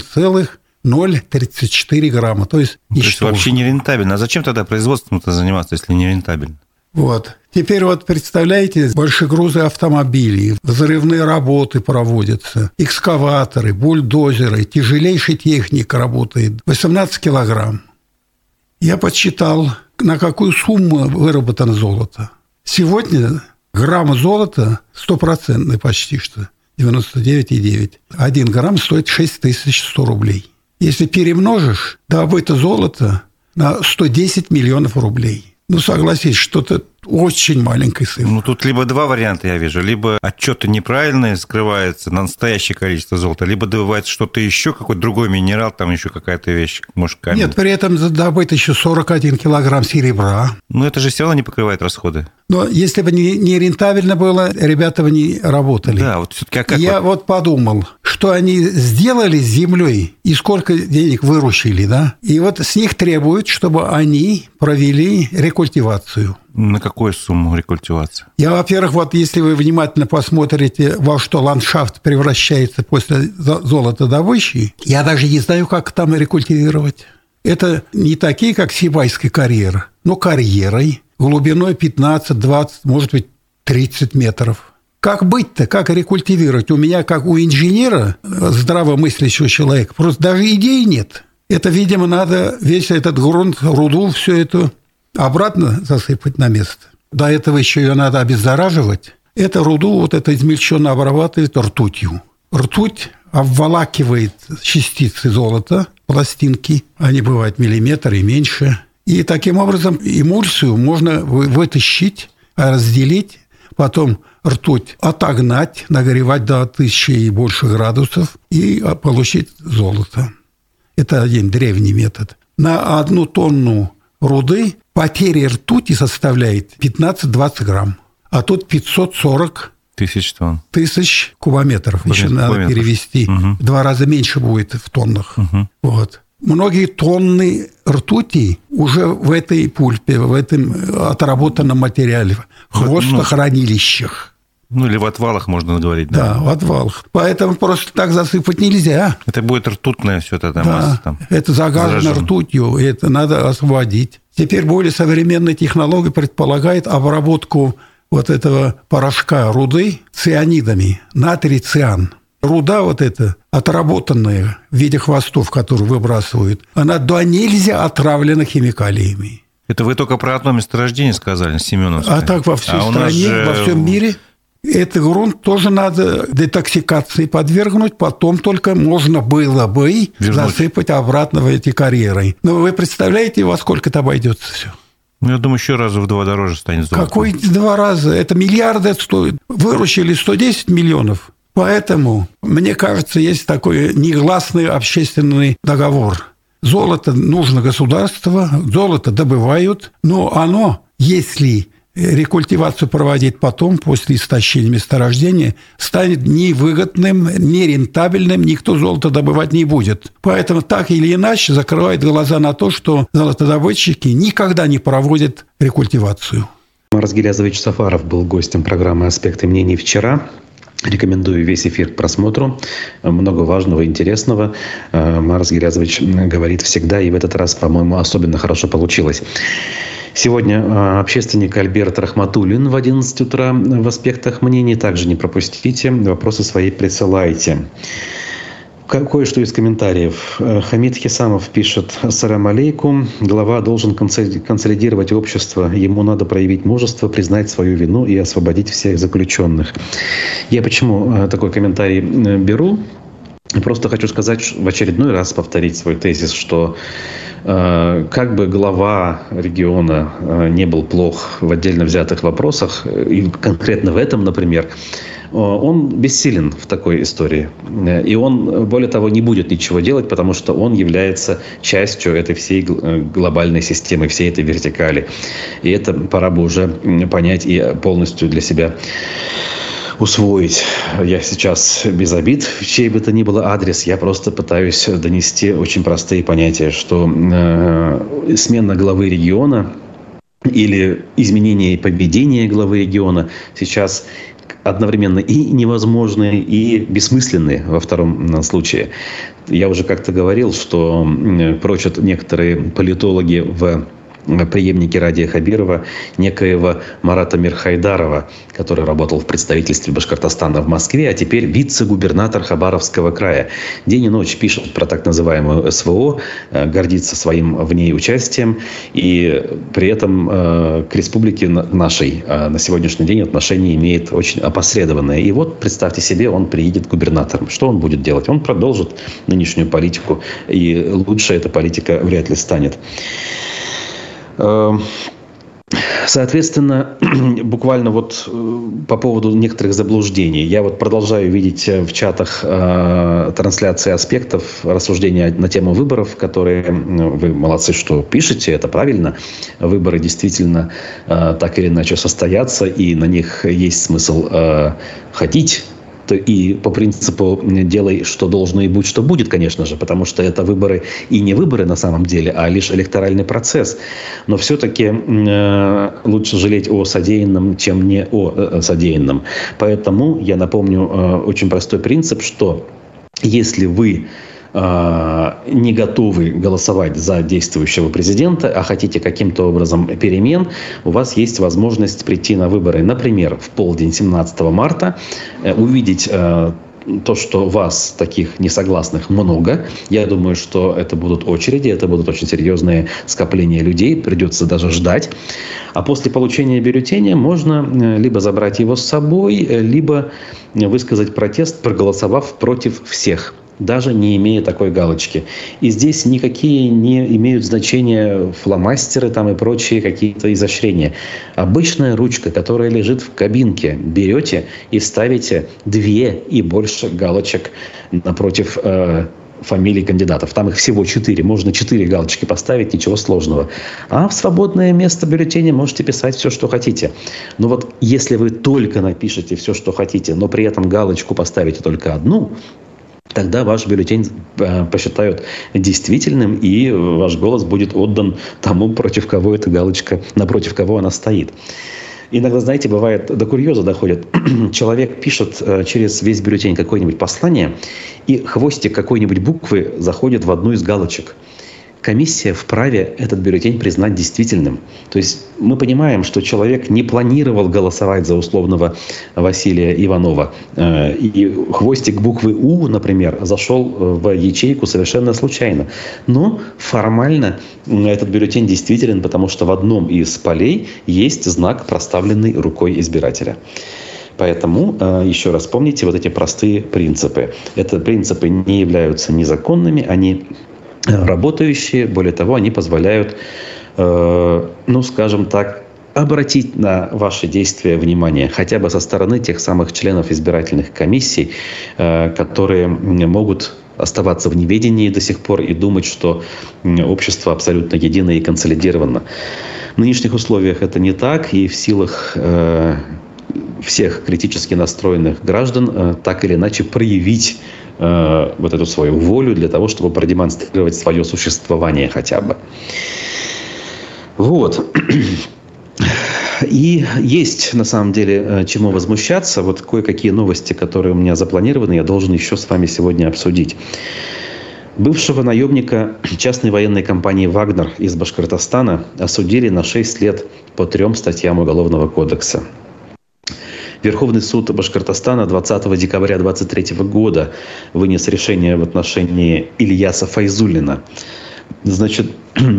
0,034 грамма. То есть вообще нерентабельно. А зачем тогда производством-то заниматься, если нерентабельно? Вот. Теперь вот представляете, большегрузы автомобилей, взрывные работы проводятся, экскаваторы, бульдозеры, тяжелейшая техника работает. 18 килограмм. Я подсчитал, на какую сумму выработано золото. Сегодня грамм золота 100% почти что, 99,9. 1 грамм стоит 6100 рублей. Если перемножишь добыто золото на 110 миллионов рублей. Согласись, что-то очень маленькой цифры. Тут либо два варианта я вижу. Либо отчеты неправильные, скрывается на настоящее количество золота, либо добывается что-то еще, какой-то другой минерал, там еще какая-то вещь, может, камень. Нет, при этом добыто еще 41 килограмм серебра. Это же все равно не покрывает расходы. Но если бы не рентабельно было, ребята бы не работали. Да, вот все-таки как я вот подумал, что они сделали с землей и сколько денег выручили, да? И вот с них требуют, чтобы они провели рекультивацию. На какую сумму рекультивации? Я, во-первых, вот если вы внимательно посмотрите, во что ландшафт превращается после золотодобычи, я даже не знаю, как там рекультивировать. Это не такие, как Сибайский карьер, но карьерой, глубиной 15, 20, может быть, 30 метров. Как быть-то, как рекультивировать? У меня, как у инженера, здравомыслящего человека, просто даже идей нет. Это, видимо, надо весь этот грунт, руду, все это обратно засыпать на место. До этого еще ее надо обеззараживать. Эту руду, вот это измельченно обрабатывает ртутью. Ртуть обволакивает частицы золота, пластинки, они бывают миллиметр и меньше. И таким образом эмульсию можно вытащить, разделить, потом ртуть отогнать, нагревать до 1000 и больше градусов и получить золото. Это один древний метод. На 1 тонну руды потеря ртути составляет 15-20 грамм, а тут 540 тысяч кубометров. Еще надо перевести. Угу. 2 раза меньше будет в тоннах. Угу. Вот. Многие тонны ртути уже в этой пульпе, в этом отработанном материале, в хвостохранилищах. Или в отвалах, можно говорить. Да, в отвалах. Поэтому просто так засыпать нельзя. Это будет ртутная все это масса. Там это загажено ртутью, и это надо освободить. Теперь более современная технология предполагает обработку вот этого порошка руды цианидами, натрий циан. Руда вот эта, отработанная в виде хвостов, которые выбрасывают, она до нельзя отравлена химикалиями. Это вы только про одно месторождение сказали, Семеновское. А так во всей стране, во всем мире. Этот грунт тоже надо детоксикации подвергнуть, потом только можно было бы засыпать обратно в эти карьеры. Но вы представляете, во сколько это обойдется все? Я думаю, еще раза в 2 дороже станет золото. Какой 2 раза? Это миллиарды стоит. Выручили 110 миллионов. Поэтому, мне кажется, есть такой негласный общественный договор. Золото нужно государству, золото добывают, но оно, если рекультивацию проводить потом, после истощения месторождения, станет невыгодным, нерентабельным, никто золото добывать не будет. Поэтому так или иначе закрывает глаза на то, что золотодобытчики никогда не проводят рекультивацию. Марс Гилязович Сафаров был гостем программы «Аспекты мнений» вчера. Рекомендую весь эфир к просмотру. Много важного и интересного Марс Гилязович говорит всегда, и в этот раз, по-моему, особенно хорошо получилось. Сегодня общественник Альберт Рахматуллин в 11 утра в «Аспектах мнений». Также не пропустите, вопросы свои присылайте. Кое-что из комментариев. Хамид Хисамов пишет: «Ассаляму алейкум. Глава должен консолидировать общество. Ему надо проявить мужество, признать свою вину и освободить всех заключенных». Я почему такой комментарий беру? Просто хочу сказать, в очередной раз повторить свой тезис, что как бы глава региона не был плох в отдельно взятых вопросах, и конкретно в этом, например, он бессилен в такой истории. И он, более того, не будет ничего делать, потому что он является частью этой всей глобальной системы, всей этой вертикали. И это пора бы уже понять и полностью для себя усвоить. Я сейчас без обид, в чей бы то ни было адрес, я просто пытаюсь донести очень простые понятия, что смена главы региона или изменение поведения главы региона сейчас одновременно и невозможны, и бессмысленны во втором случае. Я уже как-то говорил, что прочат некоторые политологи в преемнике Радия Хабирова некоего Марата Мирхайдарова, который работал в представительстве Башкортостана в Москве, а теперь вице-губернатор Хабаровского края. День и ночь пишет про так называемую СВО, гордится своим в ней участием, и при этом к республике нашей на сегодняшний день отношение имеет очень опосредованное. И вот, представьте себе, он приедет губернатором. Что он будет делать? Он продолжит нынешнюю политику, и лучше эта политика вряд ли станет. Соответственно, буквально вот по поводу некоторых заблуждений. Я вот продолжаю видеть в чатах трансляции аспектов, рассуждения на тему выборов, которые вы молодцы, что пишете, это правильно. Выборы действительно так или иначе состоятся, и на них есть смысл ходить. И по принципу «делай, что должно, и будь, что будет», конечно же, потому что это выборы и не выборы на самом деле, а лишь электоральный процесс. Но все-таки лучше жалеть о содеянном, чем не о содеянном. Поэтому я напомню очень простой принцип, что если вы не готовы голосовать за действующего президента, а хотите каким-то образом перемен, у вас есть возможность прийти на выборы, например, в полдень 17 марта, увидеть то, что вас, таких несогласных, много. Я думаю, что это будут очереди, это будут очень серьезные скопления людей, придется даже ждать. А после получения бюллетеня можно либо забрать его с собой, либо высказать протест, проголосовав против всех, даже не имея такой галочки. И здесь никакие не имеют значения фломастеры там и прочие какие-то изощрения. Обычная ручка, которая лежит в кабинке, берете и ставите 2 и больше галочек напротив фамилий кандидатов. Там их всего 4. Можно 4 галочки поставить, ничего сложного. А в свободное место бюллетеня можете писать все, что хотите. Но вот если вы только напишете все, что хотите, но при этом галочку поставите только одну, тогда ваш бюллетень посчитают действительным, и ваш голос будет отдан тому, против кого эта галочка, напротив кого она стоит. Иногда, знаете, бывает, до курьеза доходит. Человек пишет через весь бюллетень какое-нибудь послание, и хвостик какой-нибудь буквы заходит в одну из галочек. Комиссия вправе этот бюллетень признать действительным. То есть мы понимаем, что человек не планировал голосовать за условного Василия Иванова. И хвостик буквы «У», например, зашел в ячейку совершенно случайно. Но формально этот бюллетень действителен, потому что в одном из полей есть знак, проставленный рукой избирателя. Поэтому, еще раз помните вот эти простые принципы. Эти принципы не являются незаконными, они работающие, более того, они позволяют, скажем так, обратить на ваши действия внимание, хотя бы со стороны тех самых членов избирательных комиссий, которые могут оставаться в неведении до сих пор и думать, что общество абсолютно едино и консолидировано. В нынешних условиях это не так, и в силах всех критически настроенных граждан так или иначе проявить вот эту свою волю для того, чтобы продемонстрировать свое существование хотя бы. Вот. И есть, на самом деле, чему возмущаться. Вот кое-какие новости, которые у меня запланированы, я должен еще с вами сегодня обсудить. Бывшего наемника частной военной компании «Вагнер» из Башкортостана осудили на 6 лет по 3 статьям Уголовного кодекса. Верховный суд Башкортостана 20 декабря 2023 года вынес решение в отношении Ильяса Файзуллина. Значит,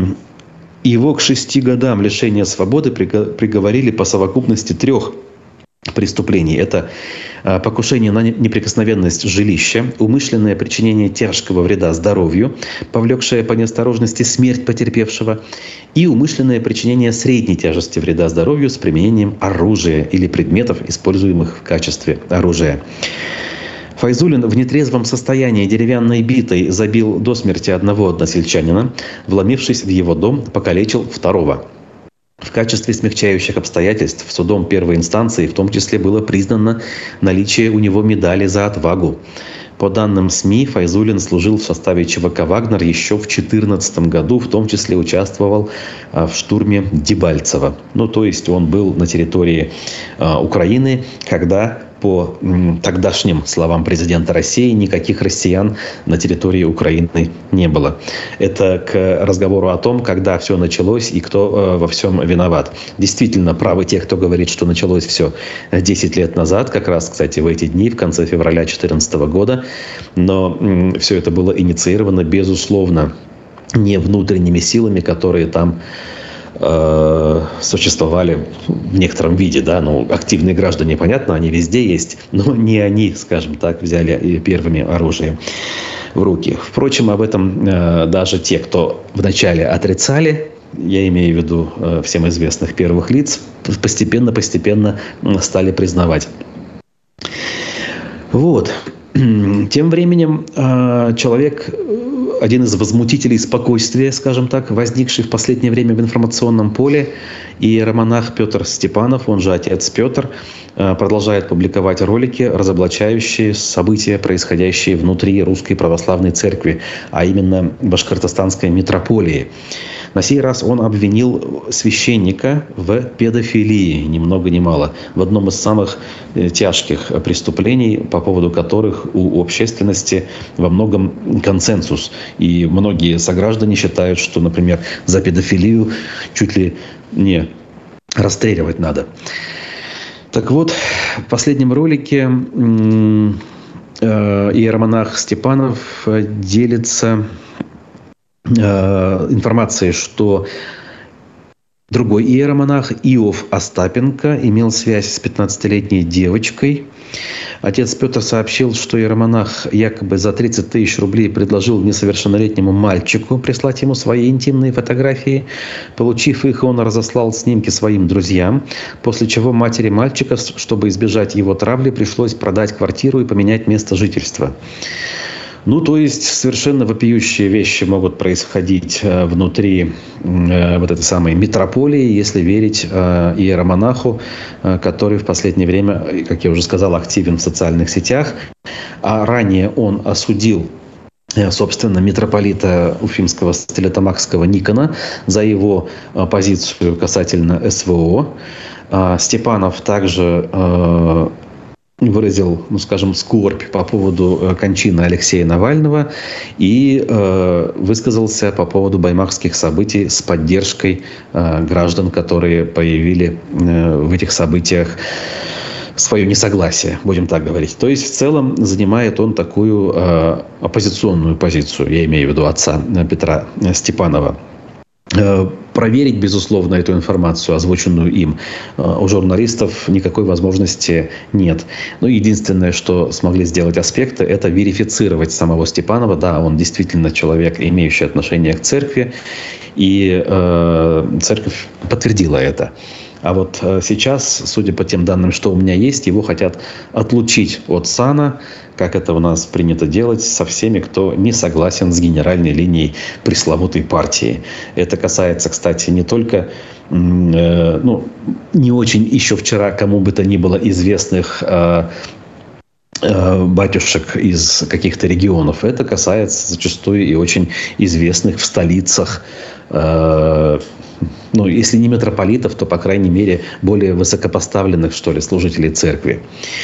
его к 6 годам лишения свободы приговорили по совокупности 3 преступлений. Это покушение на неприкосновенность жилища, умышленное причинение тяжкого вреда здоровью, повлекшее по неосторожности смерть потерпевшего, и умышленное причинение средней тяжести вреда здоровью с применением оружия или предметов, используемых в качестве оружия. Файзуллин в нетрезвом состоянии деревянной битой забил до смерти одного односельчанина, вломившись в его дом, покалечил второго. В качестве смягчающих обстоятельств судом первой инстанции в том числе было признано наличие у него медали за отвагу. По данным СМИ, Файзуллин служил в составе ЧВК «Вагнер» еще в 2014 году, в том числе участвовал в штурме Дебальцево. То есть он был на территории Украины, когда, по тогдашним словам президента России, никаких россиян на территории Украины не было. Это к разговору о том, когда все началось и кто во всем виноват. Действительно, правы те, кто говорит, что началось все 10 лет назад, как раз, кстати, в эти дни, в конце февраля 2014 года. Но все это было инициировано, безусловно, не внутренними силами, которые там существовали в некотором виде, да, активные граждане, понятно, они везде есть, но не они, скажем так, взяли первыми оружие в руки. Впрочем, об этом даже те, кто вначале отрицали, я имею в виду всем известных первых лиц, постепенно стали признавать. Вот. Тем временем человек, один из возмутителей спокойствия, скажем так, возникший в последнее время в информационном поле, иеромонах Петр Степанов, он же отец Петр, продолжает публиковать ролики, разоблачающие события, происходящие внутри Русской Православной Церкви, а именно Башкортостанской митрополии. На сей раз он обвинил священника в педофилии, ни много ни мало, в одном из самых тяжких преступлений, по поводу которых у общественности во многом консенсус. И многие сограждане считают, что, например, за педофилию чуть ли не расстреливать надо. Так вот, в последнем ролике иеромонах Степанов делится информацией, что другой иеромонах Иов Остапенко имел связь с 15-летней девочкой. Отец Петр сообщил, что иеромонах якобы за 30 тысяч рублей предложил несовершеннолетнему мальчику прислать ему свои интимные фотографии. Получив их, он разослал снимки своим друзьям, после чего матери мальчика, чтобы избежать его травли, пришлось продать квартиру и поменять место жительства. То есть совершенно вопиющие вещи могут происходить внутри вот этой самой митрополии, если верить иеромонаху, который в последнее время, как я уже сказал, активен в социальных сетях. А ранее он осудил, собственно, митрополита уфимского Стерлитамакского Никона за его позицию касательно СВО. Степанов также выразил, скорбь по поводу кончины Алексея Навального и высказался по поводу баймакских событий с поддержкой граждан, которые проявили в этих событиях свое несогласие, будем так говорить. То есть, в целом, занимает он такую оппозиционную позицию, я имею в виду отца Петра Степанова. Проверить, безусловно, эту информацию, озвученную им, у журналистов никакой возможности нет. Единственное, что смогли сделать аспекты, это верифицировать самого Степанова. Да, он действительно человек, имеющий отношение к церкви, и церковь подтвердила это. А вот сейчас, судя по тем данным, что у меня есть, его хотят отлучить от сана, как это у нас принято делать, со всеми, кто не согласен с генеральной линией пресловутой партии. Это касается, кстати, не только не очень еще вчера кому бы то ни было известных батюшек из каких-то регионов. Это касается зачастую и очень известных в столицах, если не митрополитов, то, по крайней мере, более высокопоставленных, служителей церкви.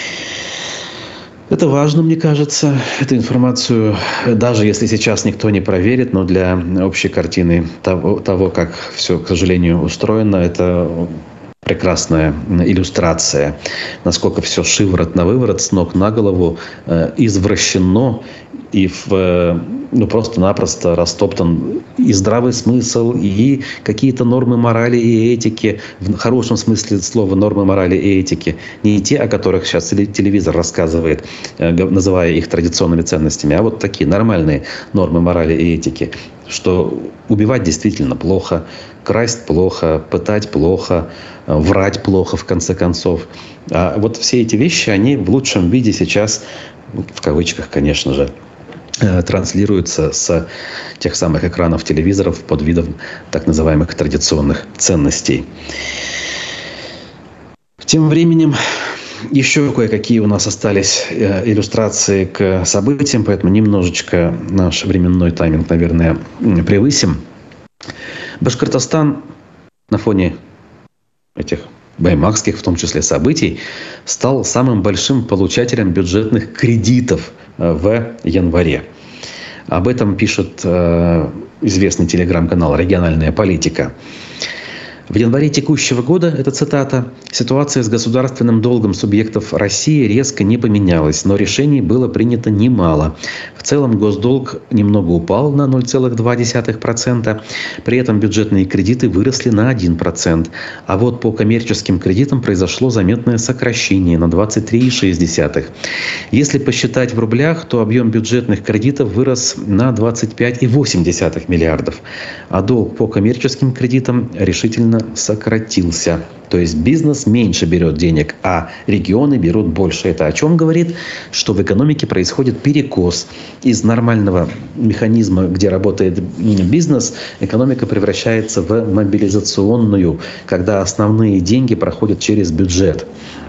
Это важно, мне кажется, эту информацию, даже если сейчас никто не проверит, но для общей картины того, как все, к сожалению, устроено, это прекрасная иллюстрация, насколько все шиворот на выворот, с ног на голову извращено и просто-напросто растоптан и здравый смысл, и какие-то нормы морали и этики, в хорошем смысле слова нормы морали и этики, не те, о которых сейчас телевизор рассказывает, называя их традиционными ценностями, а вот такие нормальные нормы морали и этики, что убивать действительно плохо, красть плохо, пытать плохо, врать плохо, в конце концов. А вот все эти вещи, они в лучшем виде сейчас, в кавычках, конечно же, транслируются с тех самых экранов телевизоров под видом так называемых традиционных ценностей. Тем временем еще кое-какие у нас остались иллюстрации к событиям, поэтому немножечко наш временной тайминг, наверное, превысим. Башкортостан на фоне этих баймакских, в том числе, событий, стал самым большим получателем бюджетных кредитов в январе. Об этом пишет известный телеграм-канал «Региональная политика». В январе текущего года, это цитата, «ситуация с государственным долгом субъектов России резко не поменялась, но решений было принято немало. В целом госдолг немного упал на 0,2%, при этом бюджетные кредиты выросли на 1%. А вот по коммерческим кредитам произошло заметное сокращение на 23,6%. Если посчитать в рублях, то объем бюджетных кредитов вырос на 25,8 миллиардов, а долг по коммерческим кредитам решительно сократился. То есть бизнес меньше берет денег, а регионы берут больше. Это о чем говорит? Что в экономике происходит перекос. Из нормального механизма, где работает бизнес, экономика превращается в мобилизационную, когда основные деньги проходят через бюджет.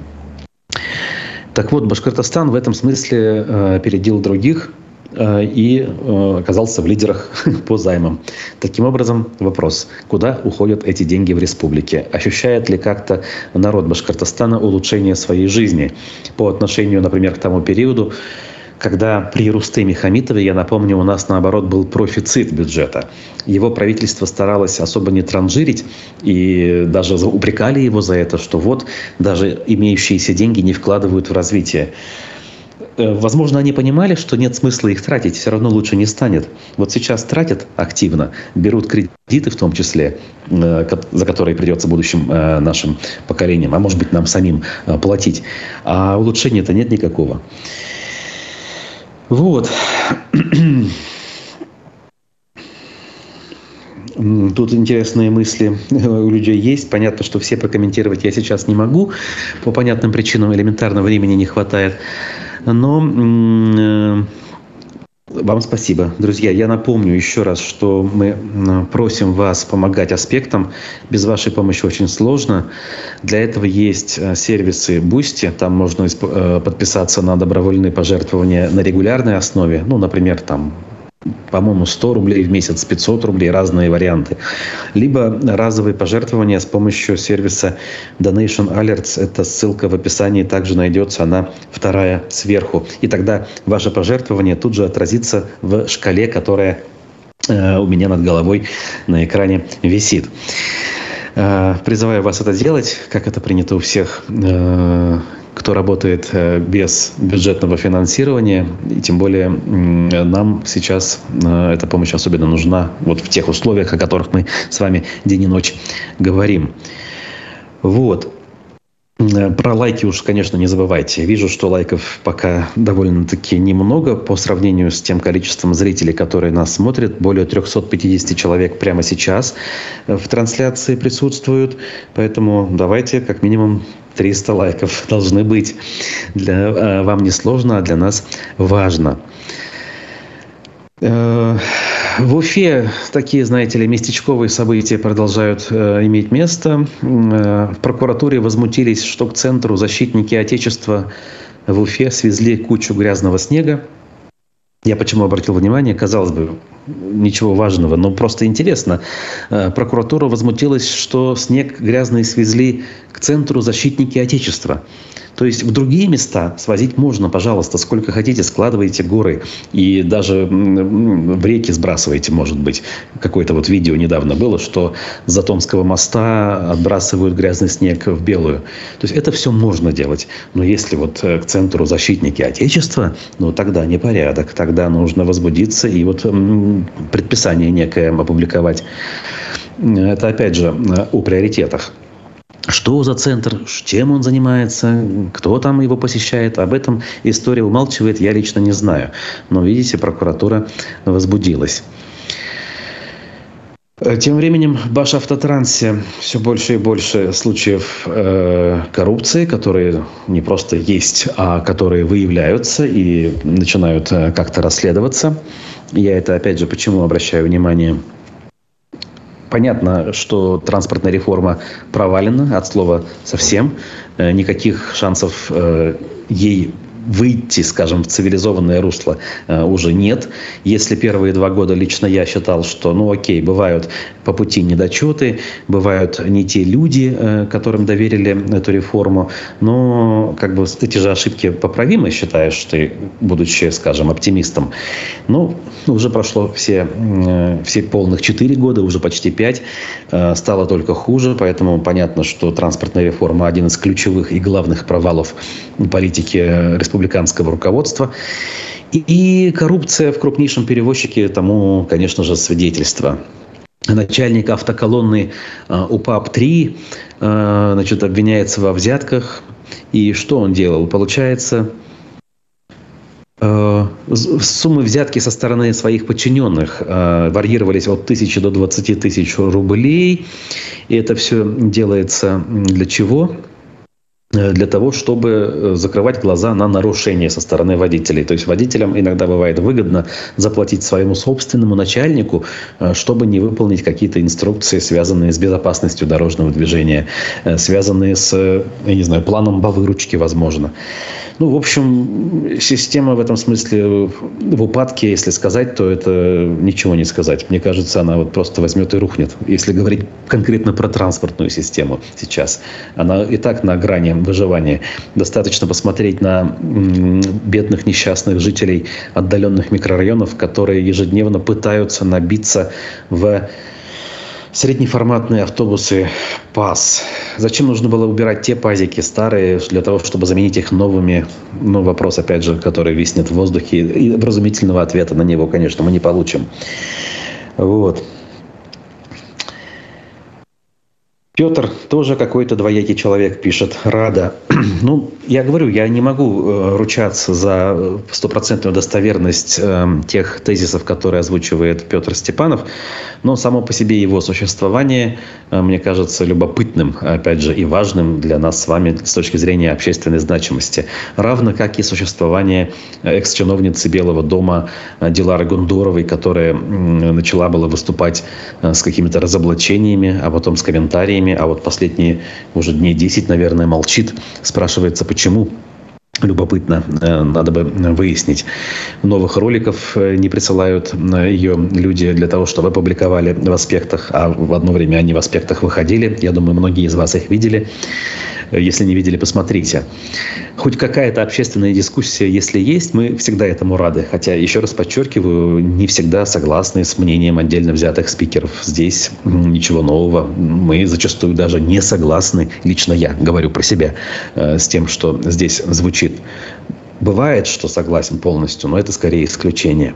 Так вот, Башкортостан в этом смысле опередил других и оказался в лидерах по займам. Таким образом, вопрос, куда уходят эти деньги в республике? Ощущает ли как-то народ Башкортостана улучшение своей жизни по отношению, например, к тому периоду, когда при Рустеме Хамитове, я напомню, у нас наоборот был профицит бюджета. Его правительство старалось особо не транжирить и даже упрекали его за это, что вот даже имеющиеся деньги не вкладывают в развитие. Возможно, они понимали, что нет смысла их тратить, все равно лучше не станет. Вот сейчас тратят активно, берут кредиты в том числе, за которые придется будущим нашим поколениям, а может быть нам самим платить. А улучшения-то нет никакого. Вот. Тут интересные мысли у людей есть. Понятно, что все прокомментировать я сейчас не могу. По понятным причинам элементарно времени не хватает. Но вам спасибо, друзья. Я напомню еще раз, что мы просим вас помогать аспектам. Без вашей помощи очень сложно. Для этого есть сервисы Boosty. Там можно подписаться на добровольные пожертвования на регулярной основе. Ну, например, там, по-моему, 100 рублей в месяц, 500 рублей, разные варианты. Либо разовые пожертвования с помощью сервиса Donation Alerts. Это ссылка в описании также найдется, она вторая сверху. И тогда ваше пожертвование тут же отразится в шкале, которая у меня над головой на экране висит. Призываю вас это делать, как это принято у всех, кто работает без бюджетного финансирования. И тем более нам сейчас эта помощь особенно нужна вот в тех условиях, о которых мы с вами день и ночь говорим. Вот. Про лайки уж, конечно, не забывайте. Вижу, что лайков пока довольно-таки немного по сравнению с тем количеством зрителей, которые нас смотрят. Более 350 человек прямо сейчас в трансляции присутствуют. Поэтому давайте как минимум 300 лайков должны быть. Вам не сложно, а для нас важно. В Уфе такие, знаете ли, местечковые события продолжают иметь место. В прокуратуре возмутились, что к центру защитники Отечества в Уфе свезли кучу грязного снега. Я почему обратил внимание? Казалось бы, ничего важного, но просто интересно. Прокуратура возмутилась, что снег грязный свезли к центру защитники Отечества. То есть в другие места свозить можно, пожалуйста, сколько хотите, складывайте горы. И даже в реки сбрасывайте, может быть. Какое-то вот видео недавно было, что с Затонского моста отбрасывают грязный снег в Белую. То есть это все можно делать. Но если вот к центру защитники Отечества, ну тогда непорядок. Тогда нужно возбудиться и вот предписание некое опубликовать. Это опять же о приоритетах. Что за центр, чем он занимается, кто там его посещает, об этом история умалчивает, я лично не знаю. Но, видите, прокуратура возбудилась. Тем временем в Башавтотрансе все больше и больше случаев коррупции, которые не просто есть, а которые выявляются и начинают как-то расследоваться. Я это, опять же, почему обращаю внимание? Понятно, что транспортная реформа провалена от слова совсем. Никаких шансов ей выйти, скажем, в цивилизованное русло уже нет. Если первые 2 года лично я считал, что, ну окей, бывают по пути недочеты, бывают не те люди, которым доверили эту реформу, но как бы эти же ошибки поправимы, считаешь ты, будучи, скажем, оптимистом. Ну, уже прошло все полных 4 года, уже почти 5, стало только хуже, поэтому понятно, что транспортная реформа один из ключевых и главных провалов политики республиканского руководства. И коррупция в крупнейшем перевозчике тому, конечно же, свидетельство. Начальник автоколонны УПАП-3 обвиняется во взятках. И что он делал? Получается, суммы взятки со стороны своих подчиненных варьировались от 1000 до 20 тысяч рублей. И это все делается для чего? Для того, чтобы закрывать глаза на нарушения со стороны водителей. То есть водителям иногда бывает выгодно заплатить своему собственному начальнику, чтобы не выполнить какие-то инструкции, связанные с безопасностью дорожного движения, связанные с, я не знаю, планом по выручке, возможно. Ну, в общем, система в этом смысле в упадке, если сказать, то это ничего не сказать. Мне кажется, она вот просто возьмет и рухнет. Если говорить конкретно про транспортную систему сейчас. Она и так на грани выживания. Достаточно посмотреть на бедных несчастных жителей отдаленных микрорайонов, которые ежедневно пытаются набиться в Среднеформатные автобусы ПАЗ. Зачем нужно было убирать те пазики старые для того, чтобы заменить их новыми? Ну, вопрос, опять же, который виснет в воздухе. И вразумительного ответа на него, конечно, мы не получим. Вот. Петр тоже какой-то двоякий человек, пишет Рада. Ну, я говорю, я не могу ручаться за стопроцентную достоверность тех тезисов, которые озвучивает Петр Степанов, но само по себе его существование, мне кажется, любопытным, опять же, и важным для нас с вами с точки зрения общественной значимости. Равно как и существование экс-чиновницы Белого дома Дилары Гундоровой, которая начала было выступать с какими-то разоблачениями, а потом с комментариями, а вот последние уже дней 10, наверное, молчит. Спрашивается, почему? Любопытно, надо бы выяснить. Новых роликов не присылают ее люди для того, чтобы опубликовали в аспектах, а в одно время они в аспектах выходили. Я думаю, многие из вас их видели. Если не видели, посмотрите. Хоть какая-то общественная дискуссия, если есть, мы всегда этому рады. Хотя, еще раз подчеркиваю, не всегда согласны с мнением отдельно взятых спикеров. Здесь ничего нового. Мы зачастую даже не согласны, лично я говорю про себя, с тем, что здесь звучит. Бывает, что согласен полностью, но это скорее исключение.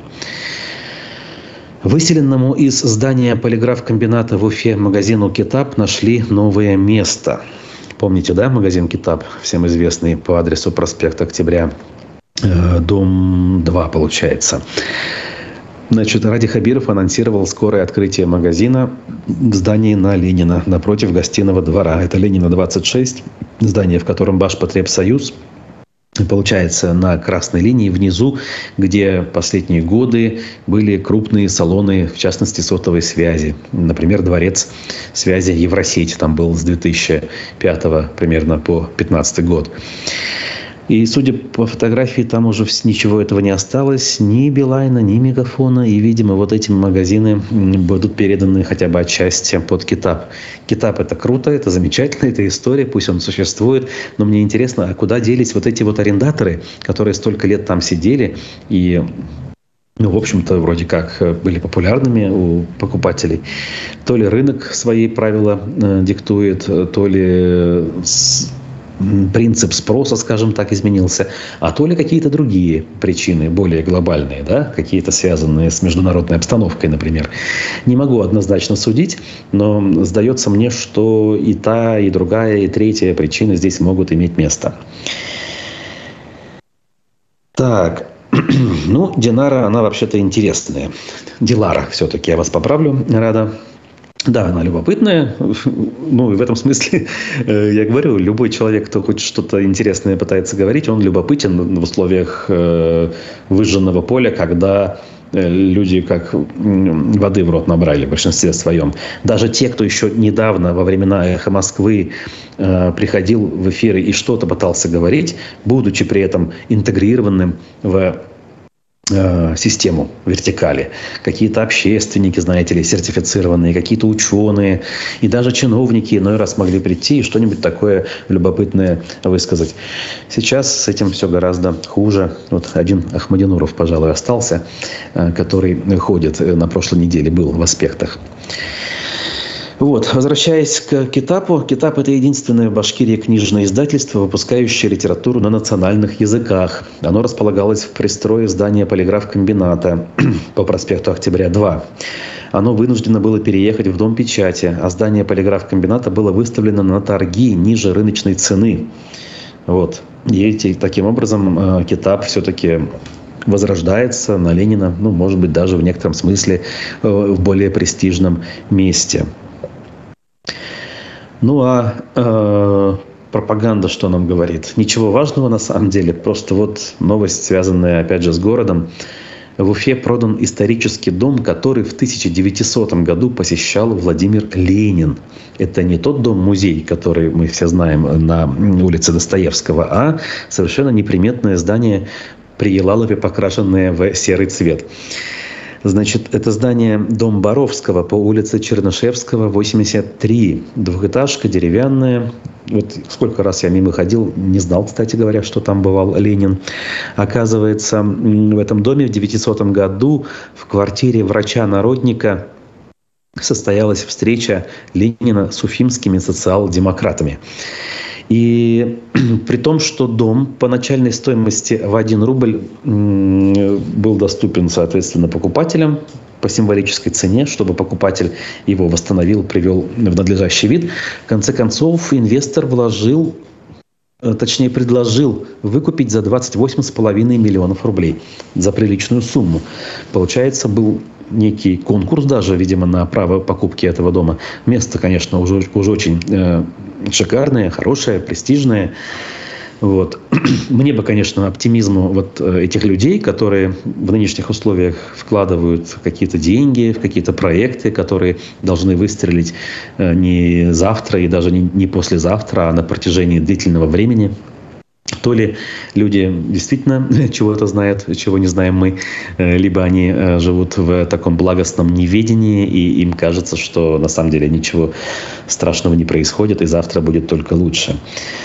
Выселенному из здания полиграфкомбината в Уфе магазину «Китап» нашли новое место. Помните, да, магазин «Китап», всем известный по адресу проспект Октября, дом 2, получается. Значит, Ради Хабиров анонсировал скорое открытие магазина в здании на Ленина, напротив гостиного двора. Это Ленина, 26, здание, в котором Башпотребсоюз. Получается, на красной линии внизу, где последние годы были крупные салоны, в частности, сотовой связи. Например, дворец связи Евросеть. Там был с 2005 примерно по 2015 год. И, судя по фотографии, там уже ничего этого не осталось. Ни Билайна, ни Мегафона. И, видимо, вот эти магазины будут переданы хотя бы отчасти под Китап. Китап – это круто, это замечательно, это история, пусть он существует. Но мне интересно, а куда делись вот эти вот арендаторы, которые столько лет там сидели и... Ну, в общем-то, вроде как были популярными у покупателей. То ли рынок свои правила диктует, то ли принцип спроса, скажем так, изменился, а то ли какие-то другие причины, более глобальные, да, какие-то связанные с международной обстановкой, например. Не могу однозначно судить, но сдается мне, что и та, и другая, и третья причина здесь могут иметь место. Так. Ну, Динара, она вообще-то интересная. Дилара, все-таки я вас поправлю, Рада. Да, она любопытная. Ну, и в этом смысле, я говорю, любой человек, кто хоть что-то интересное пытается говорить, он любопытен в условиях выжженного поля, когда люди как воды в рот набрали в большинстве своем. Даже те, кто еще недавно, во времена «Эхо Москвы», приходил в эфиры и что-то пытался говорить, будучи при этом интегрированным в систему вертикали. Какие-то общественники, знаете ли, сертифицированные, какие-то ученые и даже чиновники иной раз могли прийти и что-нибудь такое любопытное высказать. Сейчас с этим все гораздо хуже. Вот один Ахмадинуров, пожалуй, остался, который ходит, на прошлой неделе был в аспектах. Вот, возвращаясь к Китапу. Китап – это единственное в Башкирии книжное издательство, выпускающее литературу на национальных языках. Оно располагалось в пристрое здания полиграфкомбината по проспекту Октября, 2. Оно вынуждено было переехать в Дом печати, а здание полиграфкомбината было выставлено на торги ниже рыночной цены. Вот. И таким образом Китап все-таки возрождается на Ленина, ну, может быть, даже в некотором смысле в более престижном месте. Ну, а пропаганда что нам говорит? Ничего важного на самом деле. Просто вот новость, связанная, опять же, с городом. В Уфе продан исторический дом, который в 1900 году посещал Владимир Ленин. Это не тот дом-музей, который мы все знаем на улице Достоевского, а совершенно неприметное здание при Елалове, покрашенное в серый цвет. Значит, это здание дом Боровского по улице Чернышевского, 83. Двухэтажка, деревянная. Вот сколько раз я мимо ходил, не знал, кстати говоря, что там бывал Ленин. Оказывается, в этом доме в 1900 году в квартире врача-народника состоялась встреча Ленина с уфимскими социал-демократами. И при том, что дом по начальной стоимости в 1 рубль был доступен, соответственно, покупателям по символической цене, чтобы покупатель его восстановил, привел в надлежащий вид, в конце концов инвестор предложил выкупить за 28,5 миллионов рублей, за приличную сумму. Получается, был некий конкурс даже, видимо, на право покупки этого дома. Место, конечно, уже очень шикарное, хорошее, престижное. Вот. Мне бы, конечно, оптимизму вот этих людей, которые в нынешних условиях вкладывают какие-то деньги в какие-то проекты, которые должны выстрелить не завтра и даже не послезавтра, а на протяжении длительного времени. То ли люди действительно чего-то знают, чего не знаем мы, либо они живут в таком благостном неведении, и им кажется, что на самом деле ничего страшного не происходит, и завтра будет только лучше.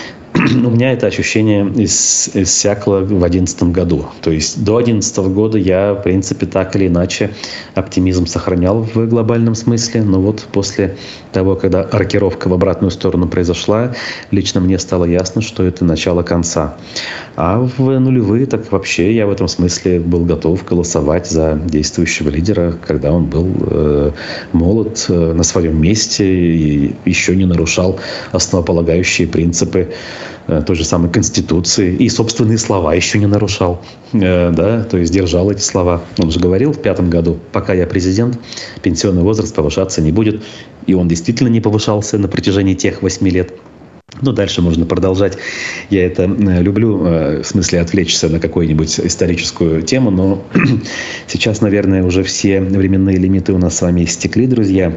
У меня это ощущение иссякло в 2011 году. То есть до 2011 года я, в принципе, так или иначе оптимизм сохранял в глобальном смысле. Но вот после того, когда рокировка в обратную сторону произошла, лично мне стало ясно, что это начало конца. А в нулевые так вообще я в этом смысле был готов голосовать за действующего лидера, когда он был молод, на своем месте и еще не нарушал основополагающие принципы той же самой Конституции, и собственные слова еще не нарушал, да, то есть держал эти слова. Он же говорил в 2005 году: пока я президент, пенсионный возраст повышаться не будет. И он действительно не повышался на протяжении тех 8 лет. Ну, дальше можно продолжать. Я это люблю, в смысле отвлечься на какую-нибудь историческую тему, но сейчас, наверное, уже все временные лимиты у нас с вами истекли, друзья.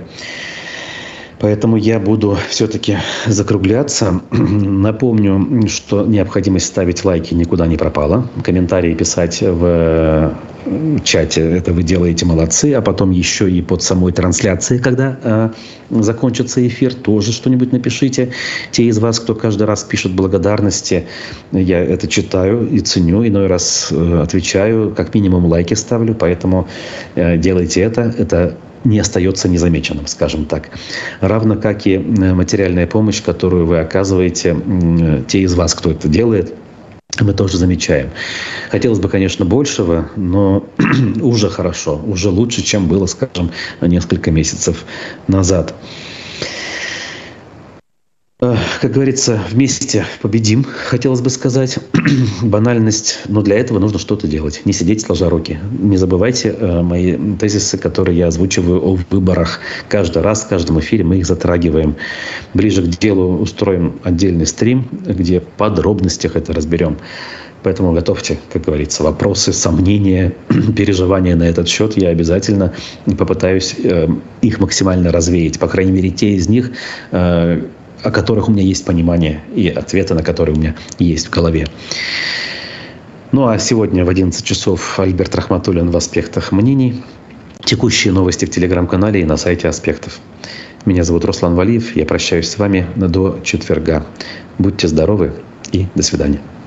Поэтому я буду все-таки закругляться. Напомню, что необходимость ставить лайки никуда не пропала. Комментарии писать в чате — это вы делаете, молодцы. А потом еще и под самой трансляцией, когда закончится эфир, тоже что-нибудь напишите. Те из вас, кто каждый раз пишет благодарности, я это читаю и ценю. Иной раз отвечаю, как минимум лайки ставлю. Поэтому делайте это. Это не остается незамеченным, скажем так. Равно как и материальная помощь, которую вы оказываете, те из вас, кто это делает, мы тоже замечаем. Хотелось бы, конечно, большего, но уже хорошо, уже лучше, чем было, скажем, несколько месяцев назад. Как говорится, вместе победим, хотелось бы сказать. Банальность, но для этого нужно что-то делать. Не сидеть сложа руки. Не забывайте мои тезисы, которые я озвучиваю о выборах. Каждый раз, в каждом эфире мы их затрагиваем. Ближе к делу устроим отдельный стрим, где в подробностях это разберем. Поэтому готовьте, как говорится, вопросы, сомнения, переживания на этот счет. Я обязательно попытаюсь их максимально развеять. По крайней мере, те из них, о которых у меня есть понимание, и ответы на которые у меня есть в голове. Ну а сегодня в 11 часов Альберт Рахматуллин в «Аспектах мнений». Текущие новости в телеграм-канале и на сайте «Аспектов». Меня зовут Руслан Валиев. Я прощаюсь с вами до четверга. Будьте здоровы и до свидания.